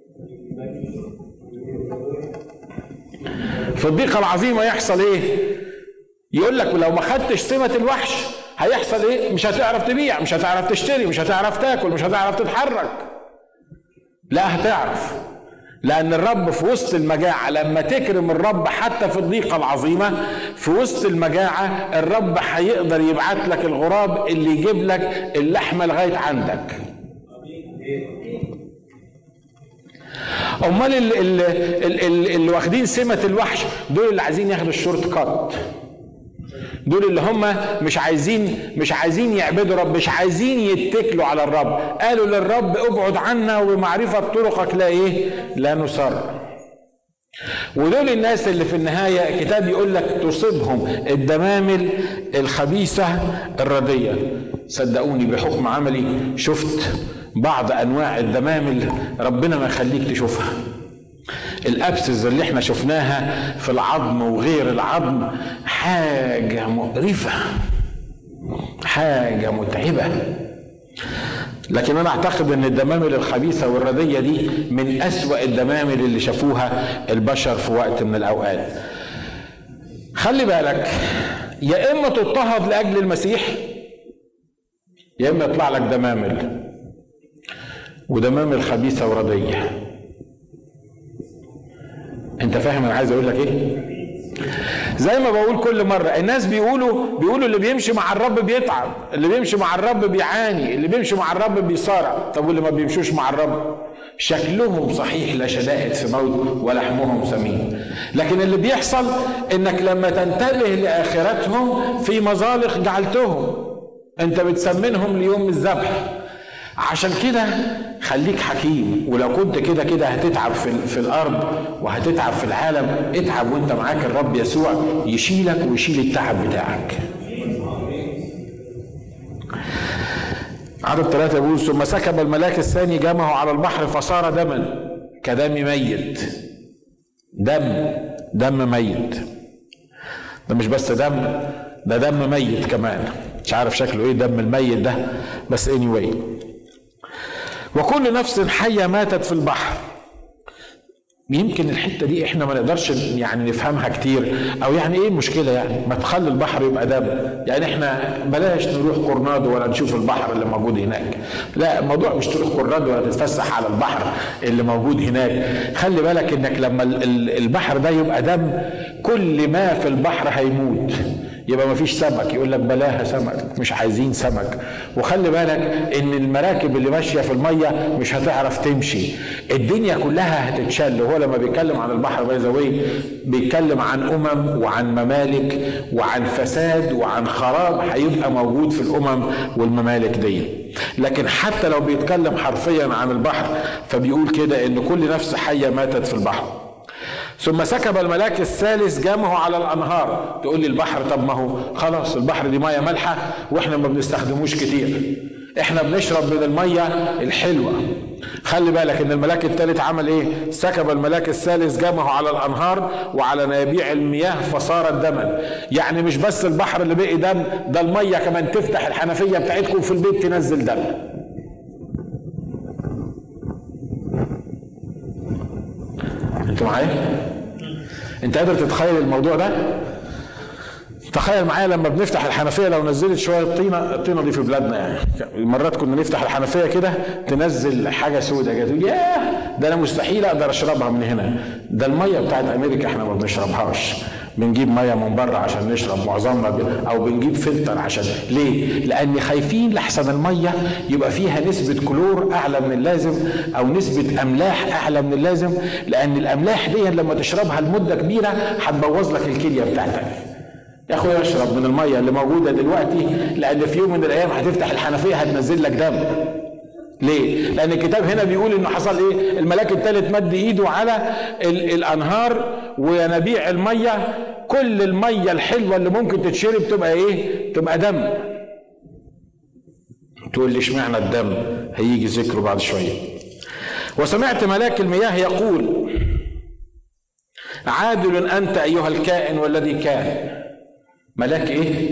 في الضيقه العظيمه يحصل ايه؟ يقول لك لو ما خدتش سمة الوحش هيحصل ايه؟ مش هتعرف تبيع، مش هتعرف تشتري، مش هتعرف تاكل، مش هتعرف تتحرك. لا هتعرف، لأن الرب في وسط المجاعة لما تكرم الرب حتى في الضيقة العظيمة، في وسط المجاعة الرب هيقدر يبعت لك الغراب اللي يجيب لك اللحمة لغاية عندك. أمال اللي, اللي, اللي واخدين سمة الوحش دول اللي عايزين ياخدوا الشورت كات، دول اللي هم مش عايزين مش عايزين يعبدوا رب، مش عايزين يتكلوا على الرب. قالوا للرب ابعد عنا وبمعرفة طرقك لا ايه لا نصر. ودول الناس اللي في النهاية الكتاب يقول لك تصيبهم الدمامل الخبيثة الردية. صدقوني بحكم عملي شفت بعض انواع الدمامل ربنا ما يخليك تشوفها. الابسز اللي احنا شفناها في العظم وغير العظم حاجة مقرفة، حاجة متعبة. لكن انا اعتقد ان الدمامل الخبيثة والردية دي من اسوأ الدمامل اللي شافوها البشر في وقت من الاوقات. خلي بالك، يا اما تضطهد لاجل المسيح يا اما يطلع لك دمامل، ودمامل خبيثة وردية. انت فاهم انا عايز اقول لك ايه؟ زي ما بقول كل مرة، الناس بيقولوا بيقولوا اللي بيمشي مع الرب بيتعب، اللي بيمشي مع الرب بيعاني، اللي بيمشي مع الرب بيصارع. طب واللي ما بيمشوش مع الرب شكلهم صحيح لا شدائد في موت ولحمهم سمين، لكن اللي بيحصل انك لما تنتبه لاخرتهم في مزالق جعلتهم، انت بتسمنهم ليوم الذبح. عشان كده خليك حكيم، ولو كنت كده كده هتتعب في, في الارض وهتتعب في العالم، اتعب وانت معاك الرب يسوع يشيلك ويشيل التعب بتاعك. عدد ثلاثة يقول ثم سكب الملاك الثاني جمعه على البحر فصار دما كدم ميت. دم دم ميت، ده مش بس دم، ده دم ميت كمان. مش عارف شكله ايه دم الميت ده، بس anyway. وكل نفس حية ماتت في البحر. يمكن الحته دي احنا ما نقدرش يعني نفهمها كتير، او يعني ايه المشكله يعني ما تخلي البحر يبقى دم؟ يعني احنا بلاش نروح كورنادو ولا نشوف البحر اللي موجود هناك. لا، الموضوع مش تروح كورنادو ولا تتفسح على البحر اللي موجود هناك. خلي بالك انك لما البحر ده يبقى دم كل ما في البحر هيموت، يبقى ما فيش سمك. يقول لك بلاها سمك، مش عايزين سمك. وخلي بالك ان المراكب اللي ماشيه في الميه مش هتعرف تمشي، الدنيا كلها هتتشل. هو لما بيتكلم عن البحر باي ذا واي بيتكلم عن امم وعن ممالك وعن فساد وعن خراب هيبقى موجود في الامم والممالك دي. لكن حتى لو بيتكلم حرفيا عن البحر فبيقول كده ان كل نفس حيه ماتت في البحر. ثم سكب الملاك الثالث جامه على الانهار. تقول لي البحر، طب ما هو خلاص البحر دي ميه مالحه واحنا ما بنستخدموش كتير، احنا بنشرب من الميه الحلوه. خلي بالك ان الملاك الثالث عمل ايه؟ سكب الملاك الثالث جامه على الانهار وعلى ينابيع المياه فصارت دما. يعني مش بس البحر اللي بقي دم، ده الميه كمان تفتح الحنفيه بتاعتكم في البيت تنزل دم. انتوا معايا؟ انت قادر تتخيل الموضوع ده؟ تخيل معايا لما بنفتح الحنفيه لو نزلت شويه طينه، الطينه دي في بلادنا يعني مرات كنا نفتح الحنفيه كده تنزل حاجه سودة كده، ياه ده انا مستحيل اقدر اشربها من هنا. ده الميه بتاعت امريكا احنا ما بنشربهاش، بنجيب ميه من بره عشان نشرب معظمنا، او بنجيب فلتر. عشان ليه؟ لان خايفين لحسن الميه يبقى فيها نسبه كلور اعلى من اللازم او نسبه املاح اعلى من اللازم، لان الاملاح دي لما تشربها لمده كبيره هتبوظ لك الكليه بتاعتك. يا اخويا اشرب من الميه اللي موجوده دلوقتي، لان في يوم من الايام هتفتح الحنفيه هتنزل لك دم. ليه؟ لان الكتاب هنا بيقول انه حصل ايه؟ الملاك الثالث مد ايده على الانهار وينابيع الميه، كل الميه الحلوه اللي ممكن تتشرب تبقى ايه؟ تبقى دم. تقول لي اشمعنى الدم؟ هيجي ذكره بعد شويه. وسمعت ملاك المياه يقول عادل انت ايها الكائن والذي كان. ملاك ايه؟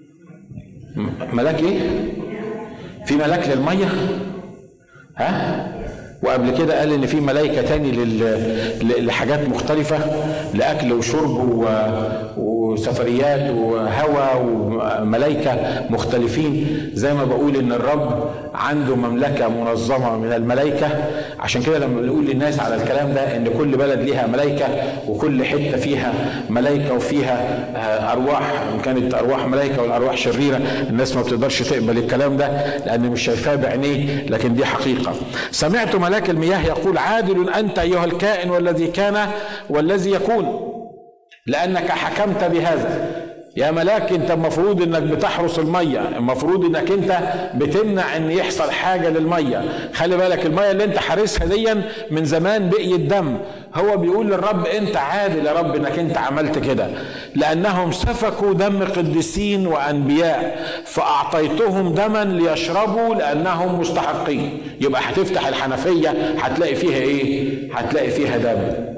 ملاك ايه؟ في ملاك للميه؟ ها؟ وقبل كده قال ان في ملائكه تاني لحاجات مختلفه، لاكل وشرب وسفريات وهواء، وملائكه مختلفين. زي ما بقول ان الرب عنده مملكه منظمه من الملائكه. عشان كده لما بنقول للناس على الكلام ده ان كل بلد ليها ملائكه وكل حته فيها ملائكه وفيها ارواح، ان كانت ارواح ملائكه والارواح شريره، الناس ما بتقدرش تقبل الكلام ده لان مش شايفاه بعينيه، لكن دي حقيقه. سمعت ملاك المياه يقول عادل انت ايها الكائن والذي كان والذي يكون، لانك حكمت بهذا. يا ملاك انت المفروض انك بتحرس الميه، المفروض انك انت بتمنع ان يحصل حاجه للميه. خلي بالك الميه اللي انت حارسها دي من زمان بقيت دم. هو بيقول للرب انت عادل يا رب انك انت عملت كده، لانهم سفكوا دم قديسين وانبياء فاعطيتهم دما ليشربوا لانهم مستحقين. يبقى هتفتح الحنفيه هتلاقي فيها ايه؟ هتلاقي فيها دم.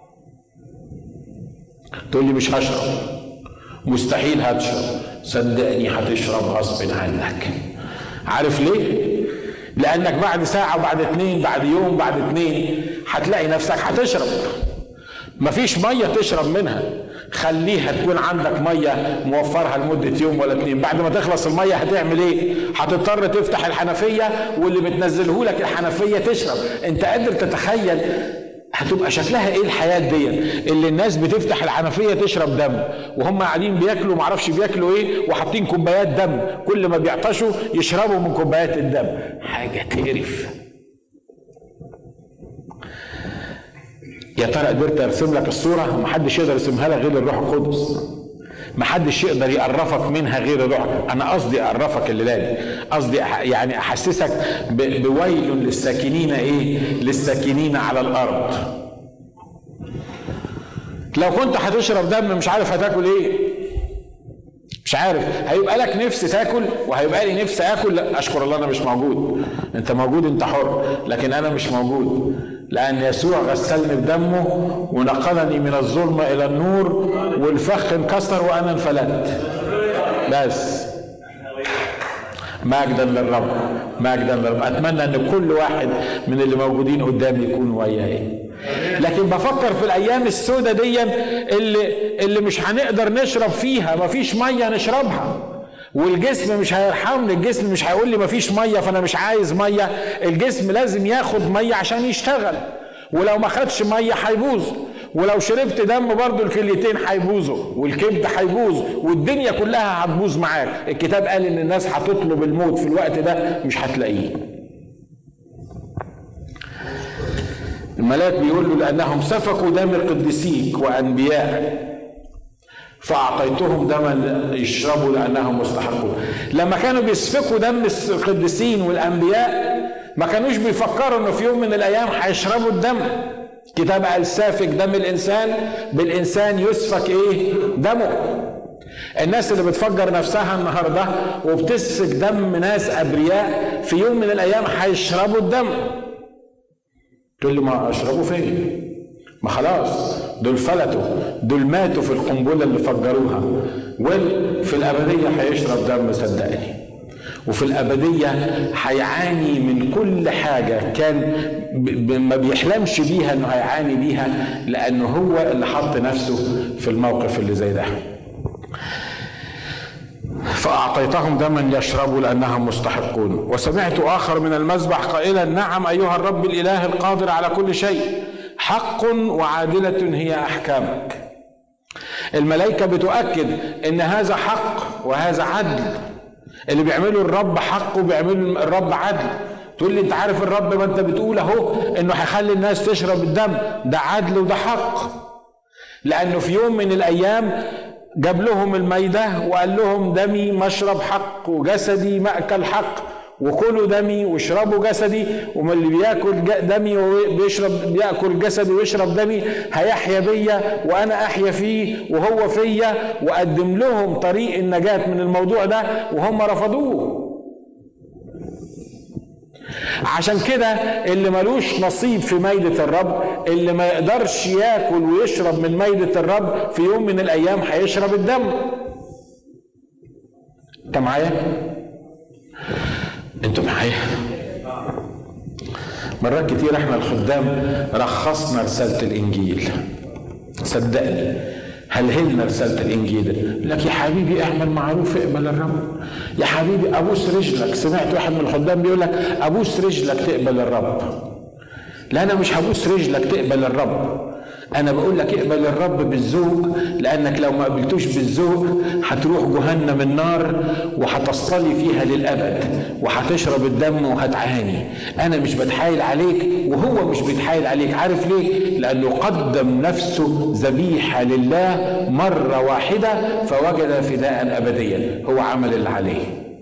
تقول لي مش هشرب، مستحيل هتشرب. صدقني هتشرب غصب عنك. عارف ليه؟ لانك بعد ساعة وبعد اتنين بعد يوم بعد اتنين هتلاقي نفسك هتشرب. مفيش مية تشرب منها، خليها تكون عندك مية موفرها لمدة يوم ولا اتنين. بعد ما تخلص المية هتعمل ايه؟ هتضطر تفتح الحنفية واللي بتنزله لك الحنفية تشرب. انت قادر تتخيل هتبقى شكلها ايه الحياة دي اللي الناس بتفتح الحنفية تشرب دم وهم قاعدين بياكلوا معرفش بياكلوا ايه وحاطين كوبايات دم، كل ما بيعطشوا يشربوا من كوبايات الدم. حاجة تقرف. يا ترى قدرت ارسم لك الصورة؟ محدش يقدر يرسمها لك غير الروح القدس. محدش يقدر يقرفك منها غير الروح. انا قصدي اقرفك الليله دي، قصدي يعني احسسك بويل للساكنين ايه؟ للساكنين على الارض. لو كنت هتشرب دم مش عارف هتاكل ايه، مش عارف. هيبقى لك نفس تاكل وهيبقى لي نفس اكل. لا اشكر الله انا مش موجود. انت موجود انت حر، لكن انا مش موجود، لأن يسوع غسلني بدمه ونقلني من الظلمة إلى النور، والفخ انكسر وأنا انفلت. بس مجدا للرب، مجدا للرب. أتمنى أن كل واحد من اللي موجودين قدامي يكون وياي. لكن بفكر في الايام السوداء دي اللي اللي مش هنقدر نشرب فيها، مفيش ميه نشربها، والجسم مش هيرحمني، الجسم مش هيقول لي مفيش ميه فانا مش عايز ميه، الجسم لازم ياخد ميه عشان يشتغل، ولو ما خدش ميه هيبوظ، ولو شربت دم برضو الكليتين هيبوظوا والكبد هيبوظ والدنيا كلها هتبوظ معاك. الكتاب قال ان الناس هتطلب الموت في الوقت ده مش هتلاقيه. الملاك بيقول له لانهم سفكوا دم قديسيك وانبياء فاعطيتهم دما يشربوا لانهم مستحقون. لما كانوا بيسفكوا دم القديسين والانبياء ما كانوش بيفكروا انه في يوم من الايام هيشربوا الدم. كتاب قال سافك دم الانسان بالانسان يسفك ايه؟ دمه. الناس اللي بتفجر نفسها النهارده وبتسفك دم ناس ابرياء في يوم من الايام هيشربوا الدم. تقول لي ما اشربوا فين؟ ما خلاص دول فلتوا، دول ماتوا في القنبله اللي فجروها، وفي الابديه هيشرب دم صدقني، وفي الابديه هيعاني من كل حاجه كان ما بيحلمش بيها انه هيعاني بيها، لانه هو اللي حط نفسه في الموقف اللي زي ده. فأعطيتهم دما يشربوا لأنهم مستحقون. وسمعت آخر من المذبح قائلا نعم أيها الرب الإله القادر على كل شيء، حق وعادلة هي أحكامك. الملائكة بتؤكد إن هذا حق وهذا عدل، اللي بيعمله الرب حق وبيعمله الرب عدل. تقول لي انت عارف الرب ما انت بتقول اهو انه هيخلي الناس تشرب الدم، ده عدل وده حق، لأنه في يوم من الأيام جاب لهم الميدة وقال لهم دمي مشرب حق وجسدي مأكل حق، وكلوا دمي واشربوا جسدي، ومن اللي بياكل دمي وبيشرب بياكل جسدي ويشرب دمي هيحيا بيا وانا احيا فيه وهو فيا. وقدم لهم طريق النجاة من الموضوع ده وهم رفضوه. عشان كده اللي ملوش نصيب في ميدة الرب، اللي ما يقدرش ياكل ويشرب من ميدة الرب، في يوم من الايام هيشرب الدم. انت معايا؟ انتوا معايا؟ مرات كتير احنا الخدام رخصنا رسالة الانجيل، صدقني هلهلنا رسالة الانجيل، لك يا حبيبي اعمل معروف اقبل الرب، يا حبيبي ابوس رجلك. سمعت واحد من الخدام بيقول لك ابوس رجلك تقبل الرب. لا انا مش هبوس رجلك تقبل الرب، انا بقول لك اقبل الرب بالذوق، لانك لو ما قبلتوش بالذوق هتروح جهنم النار وهتصطلي فيها للابد وهتشرب الدم وهتعاني. انا مش بتحايل عليك وهو مش بيتحايل عليك. عارف ليه؟ لانه قدم نفسه ذبيحه لله مره واحده فوجد فداء ابديا. هو عمل اللي عليه.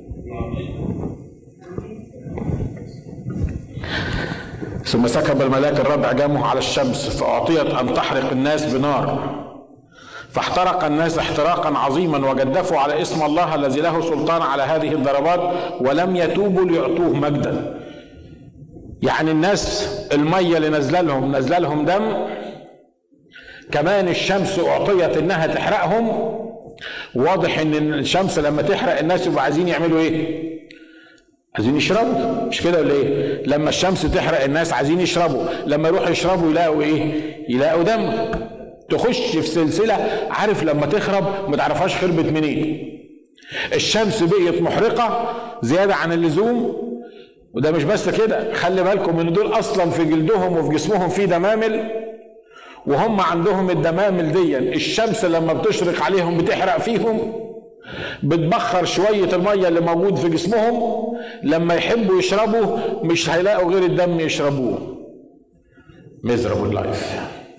ثم سكب الملاك الرابع جامه على الشمس فأعطيت أن تحرق الناس بنار، فاحترق الناس احتراقا عظيما وجدفوا على اسم الله الذي له سلطان على هذه الضربات ولم يتوبوا ليعطوه مجدا. يعني الناس المية اللي نزل لهم نزل لهم دم، كمان الشمس أعطيت إنها تحرقهم. واضح إن الشمس لما تحرق الناس يبقوا عايزين يعملوا إيه؟ عايزين يشربوا، مش كده ولا ايه؟ لما الشمس تحرق الناس عايزين يشربوا، لما يروحوا يشربوا يلاقوا ايه؟ يلاقوا دم. تخش في سلسله، عارف لما تخرب ما تعرفهاش خربت منين. الشمس بقيت محرقه زياده عن اللزوم. وده مش بس كده، خلي بالكم ان دول اصلا في جلدهم وفي جسمهم في دمامل، وهم عندهم الدمامل دي الشمس لما بتشرق عليهم بتحرق فيهم، بتبخر شوية المية اللي موجود في جسمهم. لما يحبوا يشربوا مش هيلاقوا غير الدم يشربوه. miserable life.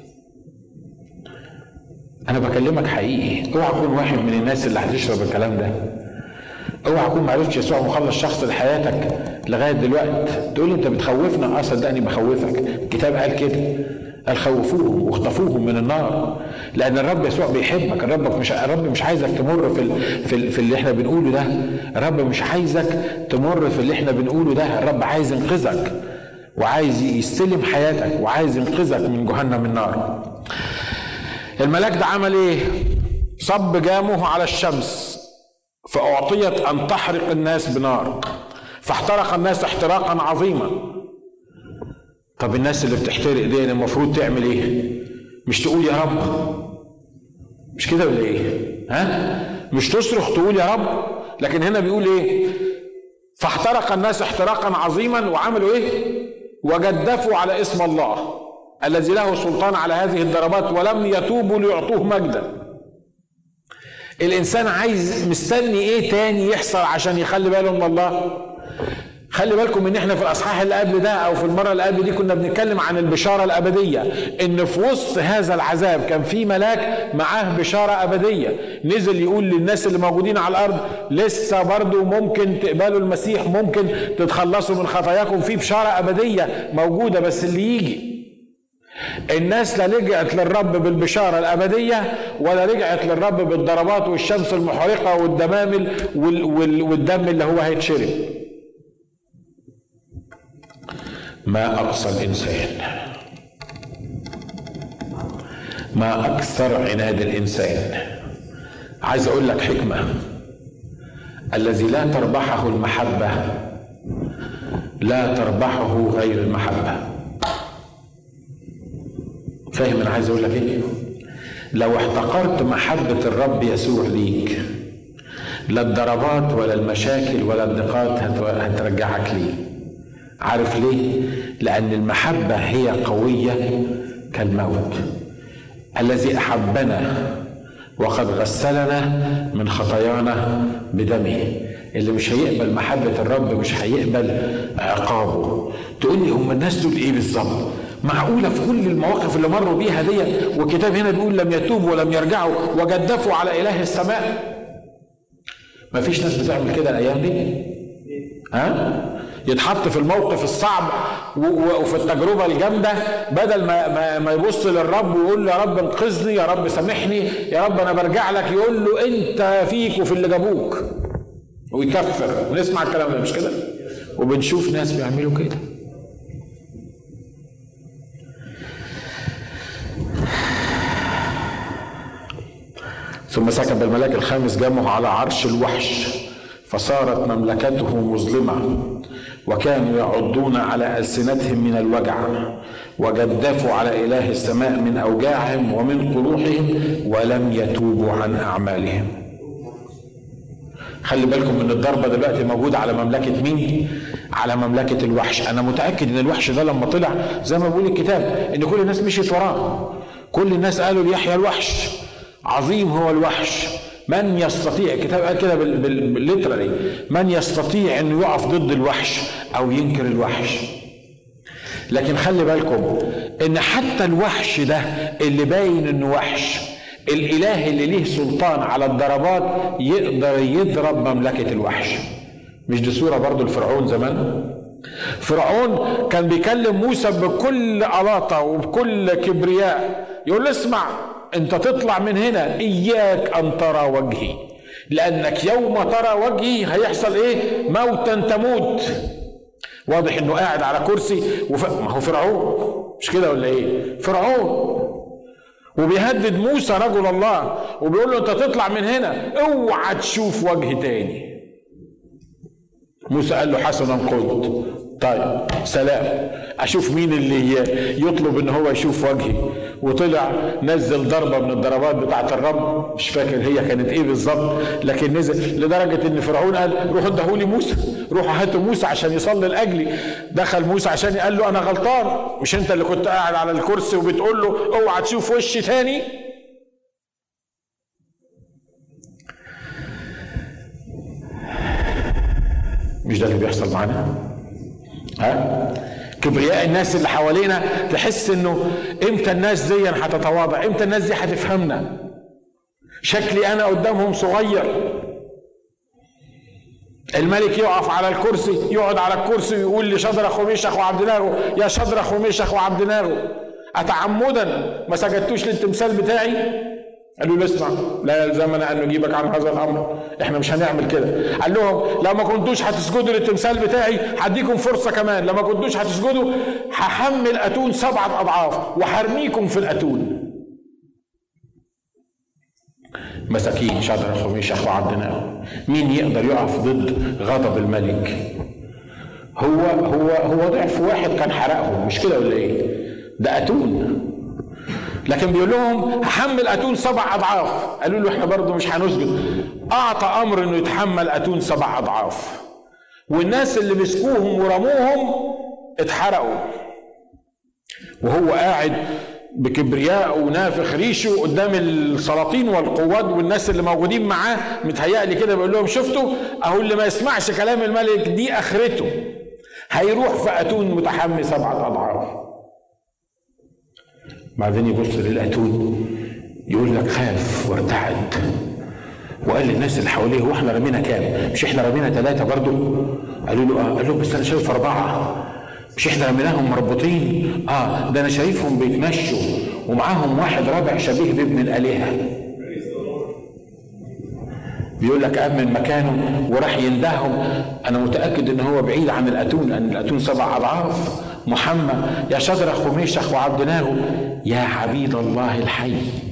أنا بكلمك حقيقي، اوعى أكون واحد من الناس اللي هتشرب الكلام ده. اوعى أكون معرفتش يسوع مخلص شخص لحياتك لغاية دلوقتي تقول لي أنت بتخوفنا. أه صدقني بخوفك، الكتاب قال كده، قال خوفوهم واخطفوهم من النار، لان الرب يسوع بيحبك. الرب مش الرب مش عايزك تمر في ال... في, ال... في اللي احنا بنقوله ده. الرب مش عايزك تمر في اللي احنا بنقوله ده. الرب عايز ينقذك وعايز يستلم حياتك وعايز ينقذك من جهنم النار. الملاك ده عمل ايه؟ صب جامه على الشمس فأعطيت أن تحرق الناس بنار، فاحترق الناس احتراقا عظيما. طب الناس اللي بتحترق دي المفروض تعمل ايه؟ مش تقول يا رب؟ مش كده ولا ايه؟ ها؟ مش تصرخ تقول يا رب؟ لكن هنا بيقول ايه؟ فاحترق الناس احتراقا عظيما وعملوا ايه؟ وجدفوا على اسم الله الذي له سلطان على هذه الضربات ولم يتوبوا ليعطوه مجدا. الانسان عايز مستني ايه تاني يحصل عشان يخلي باله من الله؟ خلي بالكم ان احنا في الاصحاح اللي قبل ده او في المره اللي قبل دي كنا بنتكلم عن البشاره الابديه، ان في وسط هذا العذاب كان في ملاك معاه بشاره ابديه نزل يقول للناس اللي موجودين على الارض لسه برضو ممكن تقبلوا المسيح، ممكن تتخلصوا من خطاياكم، في بشاره ابديه موجوده. بس اللي يجي الناس لا رجعت للرب بالبشاره الابديه ولا رجعت للرب بالضربات والشمس المحرقه والدمامل والدم اللي هو هيتشرب. ما أقصى الإنسان، ما أكثر عناد الإنسان. عايز أقول لك حكمة: الذي لا تربحه المحبة لا تربحه غير المحبة. فاهم أنا عايز أقول لك إيه؟ لو احتقرت محبة الرب يسوع ليك لا الضربات ولا المشاكل ولا الضيقات هترجعك ليه. عارف ليه؟ لأن المحبة هي قوية كالموت. الذي أحبنا وقد غسلنا من خطايانا بدمه. اللي مش هيقبل محبة الرب مش هيقبل عقابه. تقول لي هم الناس دول ايه بالظبط؟ معقولة في كل المواقف اللي مروا بيها دي والكتاب هنا بيقول لم يتوبوا ولم يرجعوا وجدفوا على إله السماء؟ مفيش ناس بتعمل كده الأيام دي؟ ها؟ يتحط في الموقف الصعب وفي التجربة الجامدة بدل ما, ما, ما يبص للرب ويقول له يا رب انقذني، يا رب سامحني، يا رب أنا برجع لك، يقول له أنت فيك وفي اللي جابوك ويكفر. ونسمع الكلام ده مش كده؟ وبنشوف ناس بيعملوا كده. ثم سكب الملاك الخامس جمعه على عرش الوحش فصارت مملكته مظلمة وكانوا يعضون على ألسنتهم من الوجع وجدفوا على إله السماء من أوجاعهم ومن قروحهم ولم يتوبوا عن أعمالهم. خلي بالكم ان الضربة دلوقتي موجودة على مملكة مين؟ على مملكة الوحش. انا متأكد ان الوحش ده لما طلع زي ما بيقول الكتاب ان كل الناس مشيت وراه، كل الناس قالوا ليحيى الوحش، عظيم هو الوحش، من يستطيع، الكتاب قال كده بالليترالي، من يستطيع انه يقف ضد الوحش او ينكر الوحش. لكن خلي بالكم ان حتى الوحش ده اللي باين انه وحش، الاله اللي ليه سلطان على الضربات يقدر يضرب مملكة الوحش. مش دي صورة برضو الفرعون زمان؟ فرعون كان بيكلم موسى بكل ألاطة وبكل كبرياء، يقول له اسمع انت تطلع من هنا، اياك ان ترى وجهي، لانك يوم ترى وجهي هيحصل ايه؟ موتا تموت. واضح انه قاعد على كرسي وف... ما هو فرعون مش كده ولا ايه؟ فرعون وبيهدد موسى رجل الله وبيقول له انت تطلع من هنا اوعى تشوف وجه تاني. موسى قال له حسنا قلت، طيب سلام، اشوف مين اللي يطلب ان هو يشوف وجهي. وطلع نزل ضربة من الضربات بتاعت الرب، مش فاكر هي كانت ايه بالظبط، لكن نزل لدرجة ان فرعون قال روحوا ادهولي موسى، روحوا هاتوا موسى عشان يصلي لاجلي. دخل موسى عشان قال له انا غلطان، مش انت اللي كنت قاعد على الكرسي وبتقول له اوعى تشوف وشي تاني؟ مش ده اللي بيحصل معانا؟ ها؟ كبرياء الناس اللي حوالينا، تحس انه امتى الناس دي هتتواضع، امتى الناس دي هتفهمنا، شكلي انا قدامهم صغير. الملك يقف على الكرسي، يقعد على الكرسي ويقول لشدرخ وميشخ وعبدناغو يا شدرخ وميشخ وعبدناغو اتعمدا ما سجدتوش للتمثال بتاعي؟ قالوا له اسمع لا يلزمنا ان نجيبك عن هذا الامر، احنا مش هنعمل كده. قال لهم لو ما كنتوش هتسجدوا للتمثال بتاعي هديكم فرصه كمان، لو ما كنتوش هتسجدوا هحمل اتون سبعه اضعاف وهرميكم في الاتون. مساكين شدرخ وميشخ وعبدناغو، مين يقدر يقف ضد غضب الملك هو هو هو ضعف واحد كان حرقهم، مش كده ولا ايه؟ ده اتون. لكن بيقول لهم هحمل اتون سبع اضعاف. قالوا له احنا برضه مش هنسجد. اعطى امر انه يتحمل اتون سبع اضعاف، والناس اللي مسكوهم ورموهم اتحرقوا، وهو قاعد بكبرياء ونافخ ريشه قدام السلاطين والقوات والناس اللي موجودين معاه. متهيألي كده بيقول لهم شفتوا اهو اللي ما يسمعش كلام الملك دي اخرته، هيروح في اتون متحمي سبعة اضعاف. بعدين يبص للاتون يقول لك خاف وارتعد وقال للناس اللي حواليه هو احنا رمينا كام؟ مش احنا رمينا ثلاثة برضو؟ قالوا له اه. قال لهم بس انا شايف اربعة. مش احنا رميناهم مربوطين؟ اه ده انا شايفهم بيتمشوا ومعاهم واحد رابع شبيه بابن الالهه. بيقول لك قام من مكانه وراح يندههم. انا متاكد ان هو بعيد عن الاتون، لان الاتون سبع اضعاف. محمد يا شدرخ وميشخ وعبدناغو يا عبيد الله الحي.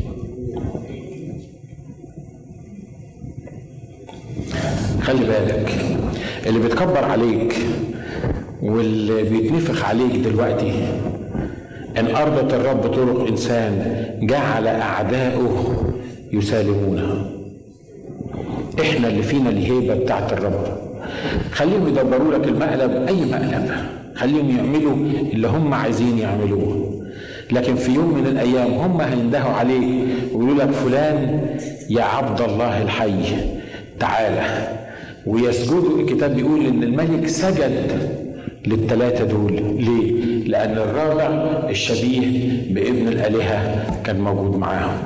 خلي بالك اللي بيتكبر عليك واللي بيتنفخ عليك دلوقتي، ان ارضت الرب طرق انسان جعل اعداؤه يسالمونه. احنا اللي فينا الهيبه بتاعت الرب. خليهم يدبروا لك المقلب، اي مقلب خليهم يعملوا اللي هم عايزين يعملوه، لكن في يوم من الايام هم هيندهوا عليك ويقولوا لك فلان يا عبد الله الحي تعالى، ويسجدوا. الكتاب بيقول ان الملك سجد للثلاثة دول. ليه؟ لأن الرابع الشبيه بابن الآلهة كان موجود معاهم.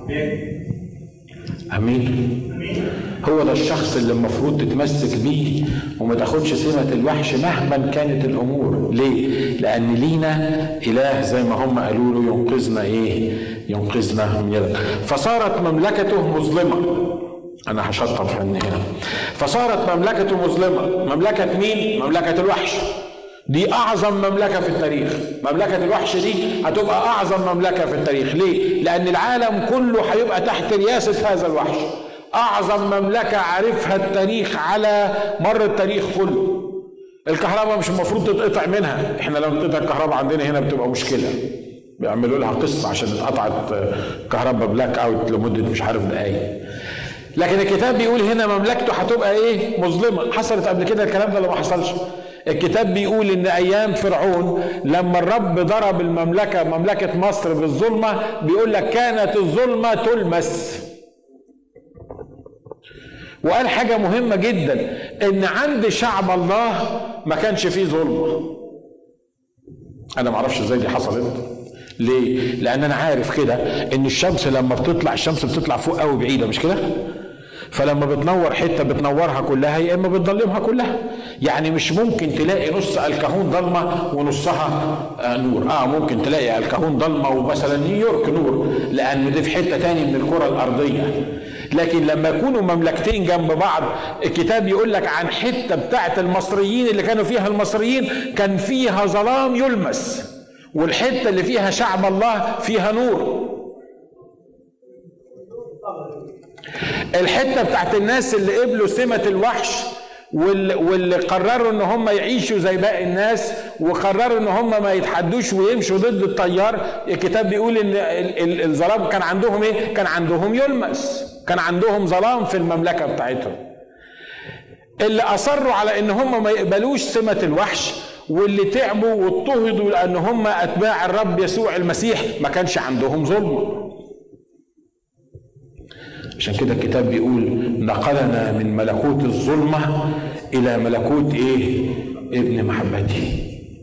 أمين. هو ده الشخص اللي المفروض تتمسك بيه وما تاخدش سمة الوحش مهما كانت الأمور. ليه؟ لأن لينا إله زي ما هم قالوا له ينقذنا إيه؟ ينقذنا من يدك. فصارت مملكته مظلمة. أنا هشطب في هنا. فصارت مملكته مظلمة. مملكة مين؟ مملكة الوحش. دي أعظم مملكة في التاريخ. مملكة الوحش دي هتبقى أعظم مملكة في التاريخ. ليه؟ لأن العالم كله هيبقى تحت رياسة هذا الوحش. أعظم مملكة عرفها التاريخ على مر التاريخ كله. الكهرباء مش المفروض تتقطع منها. احنا لو انقطع الكهرباء عندنا هنا بتبقى مشكلة، بيعملوا لها قصة عشان اتقطعت كهرباء بلاك اوت لمدة مش عارف دقايق. لكن الكتاب بيقول هنا مملكته هتبقى ايه؟ مظلمة. حصلت قبل كده الكلام ده ولا ما حصلش؟ الكتاب بيقول ان ايام فرعون لما الرب ضرب المملكة مملكة مصر بالظلمة، بيقول لك كانت الظلمة تلمس. وقال حاجة مهمة جدا، ان عند شعب الله ما كانش فيه ظلمة. انا معرفش ازاي دي حصلت. ليه؟ لان انا عارف كده ان الشمس لما بتطلع، الشمس بتطلع فوق قوي بعيدة، مش كده؟ فلما بتنور حتة بتنورها كلها يا اما بتضلمها كلها. يعني مش ممكن تلاقي نص الكهون ضلمة ونصها نور. اه ممكن تلاقي الكهون ضلمة ومثلا نيويورك نور، لان دي في حتة تاني من الكرة الارضية. لكن لما يكونوا مملكتين جنب بعض، الكتاب يقول لك عن حتة بتاعت المصريين اللي كانوا فيها المصريين كان فيها ظلام يلمس، والحتة اللي فيها شعب الله فيها نور. الحتة بتاعت الناس اللي قبلوا سمة الوحش واللي قرروا ان هم يعيشوا زي باقي الناس وقرروا ان هم ما يتحدوش ويمشوا ضد التيار، الكتاب بيقول ان الظلام كان عندهم ايه؟ كان عندهم يلمس، كان عندهم ظلام في المملكة بتاعتهم. اللي اصروا على ان هم ما يقبلوش سمة الوحش واللي تعبوا واضطهدوا لان هم اتباع الرب يسوع المسيح ما كانش عندهم ظلم. عشان كده الكتاب بيقول نقلنا من ملكوت الظلمة إلى ملكوت إيه؟ ابن محبته.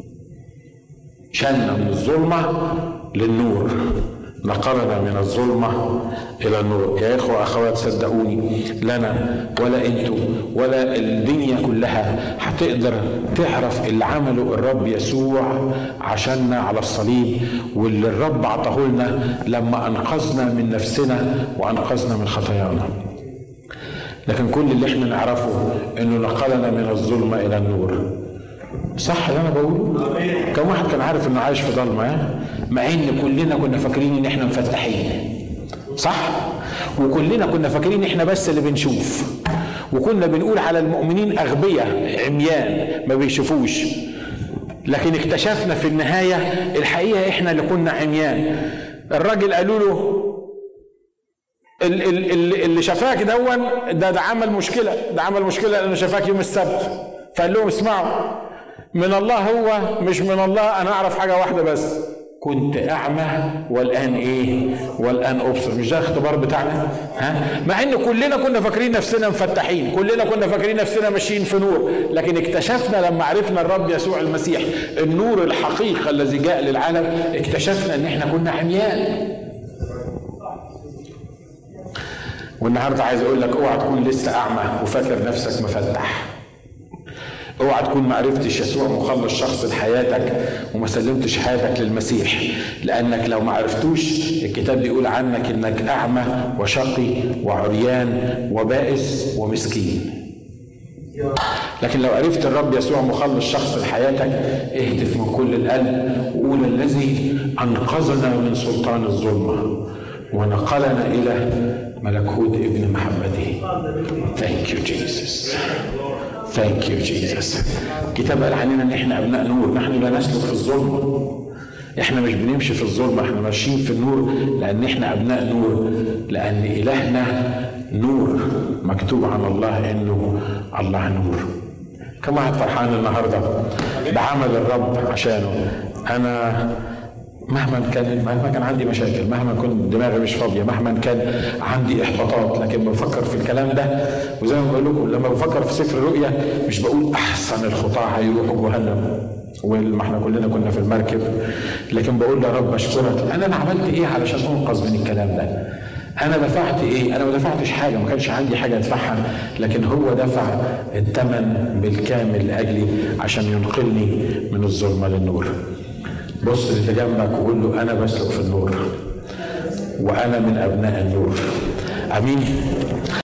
شلنا من الظلمة للنور، نقلنا من الظلمة إلى النور. يا إخوة أخوات صدقوني، لنا ولا أنتوا ولا الدنيا كلها هتقدر تعرف اللي عمله الرب يسوع عشاننا على الصليب، واللي الرب عطاه لنا لما أنقذنا من نفسنا وأنقذنا من خطايانا. لكن كل اللي احنا نعرفه إنه نقلنا من الظلمة إلى النور. صح اللي أنا بقوله؟ كم واحد كان عارف إنه عايش في ضلمة، مع إن كلنا كنا فاكرين إن احنا مفتحين. صح؟ وكلنا كنا فاكرين إحنا بس اللي بنشوف، وكنا بنقول على المؤمنين اغبياء عميان ما بيشوفوش، لكن اكتشفنا في النهايه الحقيقه احنا اللي كنا عميان. الراجل قالوا له اللي شفاك دون ده ده عمل مشكله، ده عمل مشكله لانه شفاك يوم السبت. فقال لهم اسمعوا، من الله هو مش من الله، انا اعرف حاجه واحده بس، كنت اعمى والان ايه؟ والان ابصر. مش ده الاختبار بتاعنا؟ ها؟ مع ان كلنا كنا فاكرين نفسنا مفتحين، كلنا كنا فاكرين نفسنا ماشيين في نور، لكن اكتشفنا لما عرفنا الرب يسوع المسيح النور الحقيقي الذي جاء للعالم، اكتشفنا ان احنا كنا عميان. والنهارده عايز اقول لك اوعى تكون لسه اعمى وفاكر نفسك مفتح. اوعى تكون ما عرفتش يسوع مخلص شخص لحياتك وما سلمتش حياتك للمسيح، لانك لو ما عرفتوش الكتاب بيقول عنك انك اعمى وشقي وعريان وبائس ومسكين. لكن لو عرفت الرب يسوع مخلص شخص لحياتك، اهتف من كل القلب وقول الذي انقذنا من سلطان الظلمه ونقلنا الى ملكوت ابن محبته. Thank you Jesus. Thank you Jesus. الكتاب قال عننا ان احنا ابناء نور، نحن لا نسلك في الظلمه. احنا مش بنمشي في الظلمه، احنا ماشيين في النور لان احنا ابناء نور، لان الهنا نور، مكتوب عن الله انه الله نور. كم واحد فرحان النهارده بعمل الرب عشانه. انا مهما كان مهما كان عندي مشاكل، مهما كنت دماغي مش فاضيه، مهما كان عندي احباطات، لكن بفكر في الكلام ده. وزي ما بقول لكم لما بفكر في سفر الرؤيا مش بقول احسن الخطاة هيروحوا جهنم، وما احنا كلنا كنا في المركب، لكن بقول يا رب اشكرك، انا انا عملت ايه علشان انقذ من الكلام ده؟ انا دفعت ايه؟ انا ما دفعتش حاجه، ما كانش عندي حاجه ادفعها، لكن هو دفع الثمن بالكامل لاجلي عشان ينقلني من الظلمه للنور. بص اللي جنبك وقول له انا بسلك في النور وانا من ابناء النور. امين.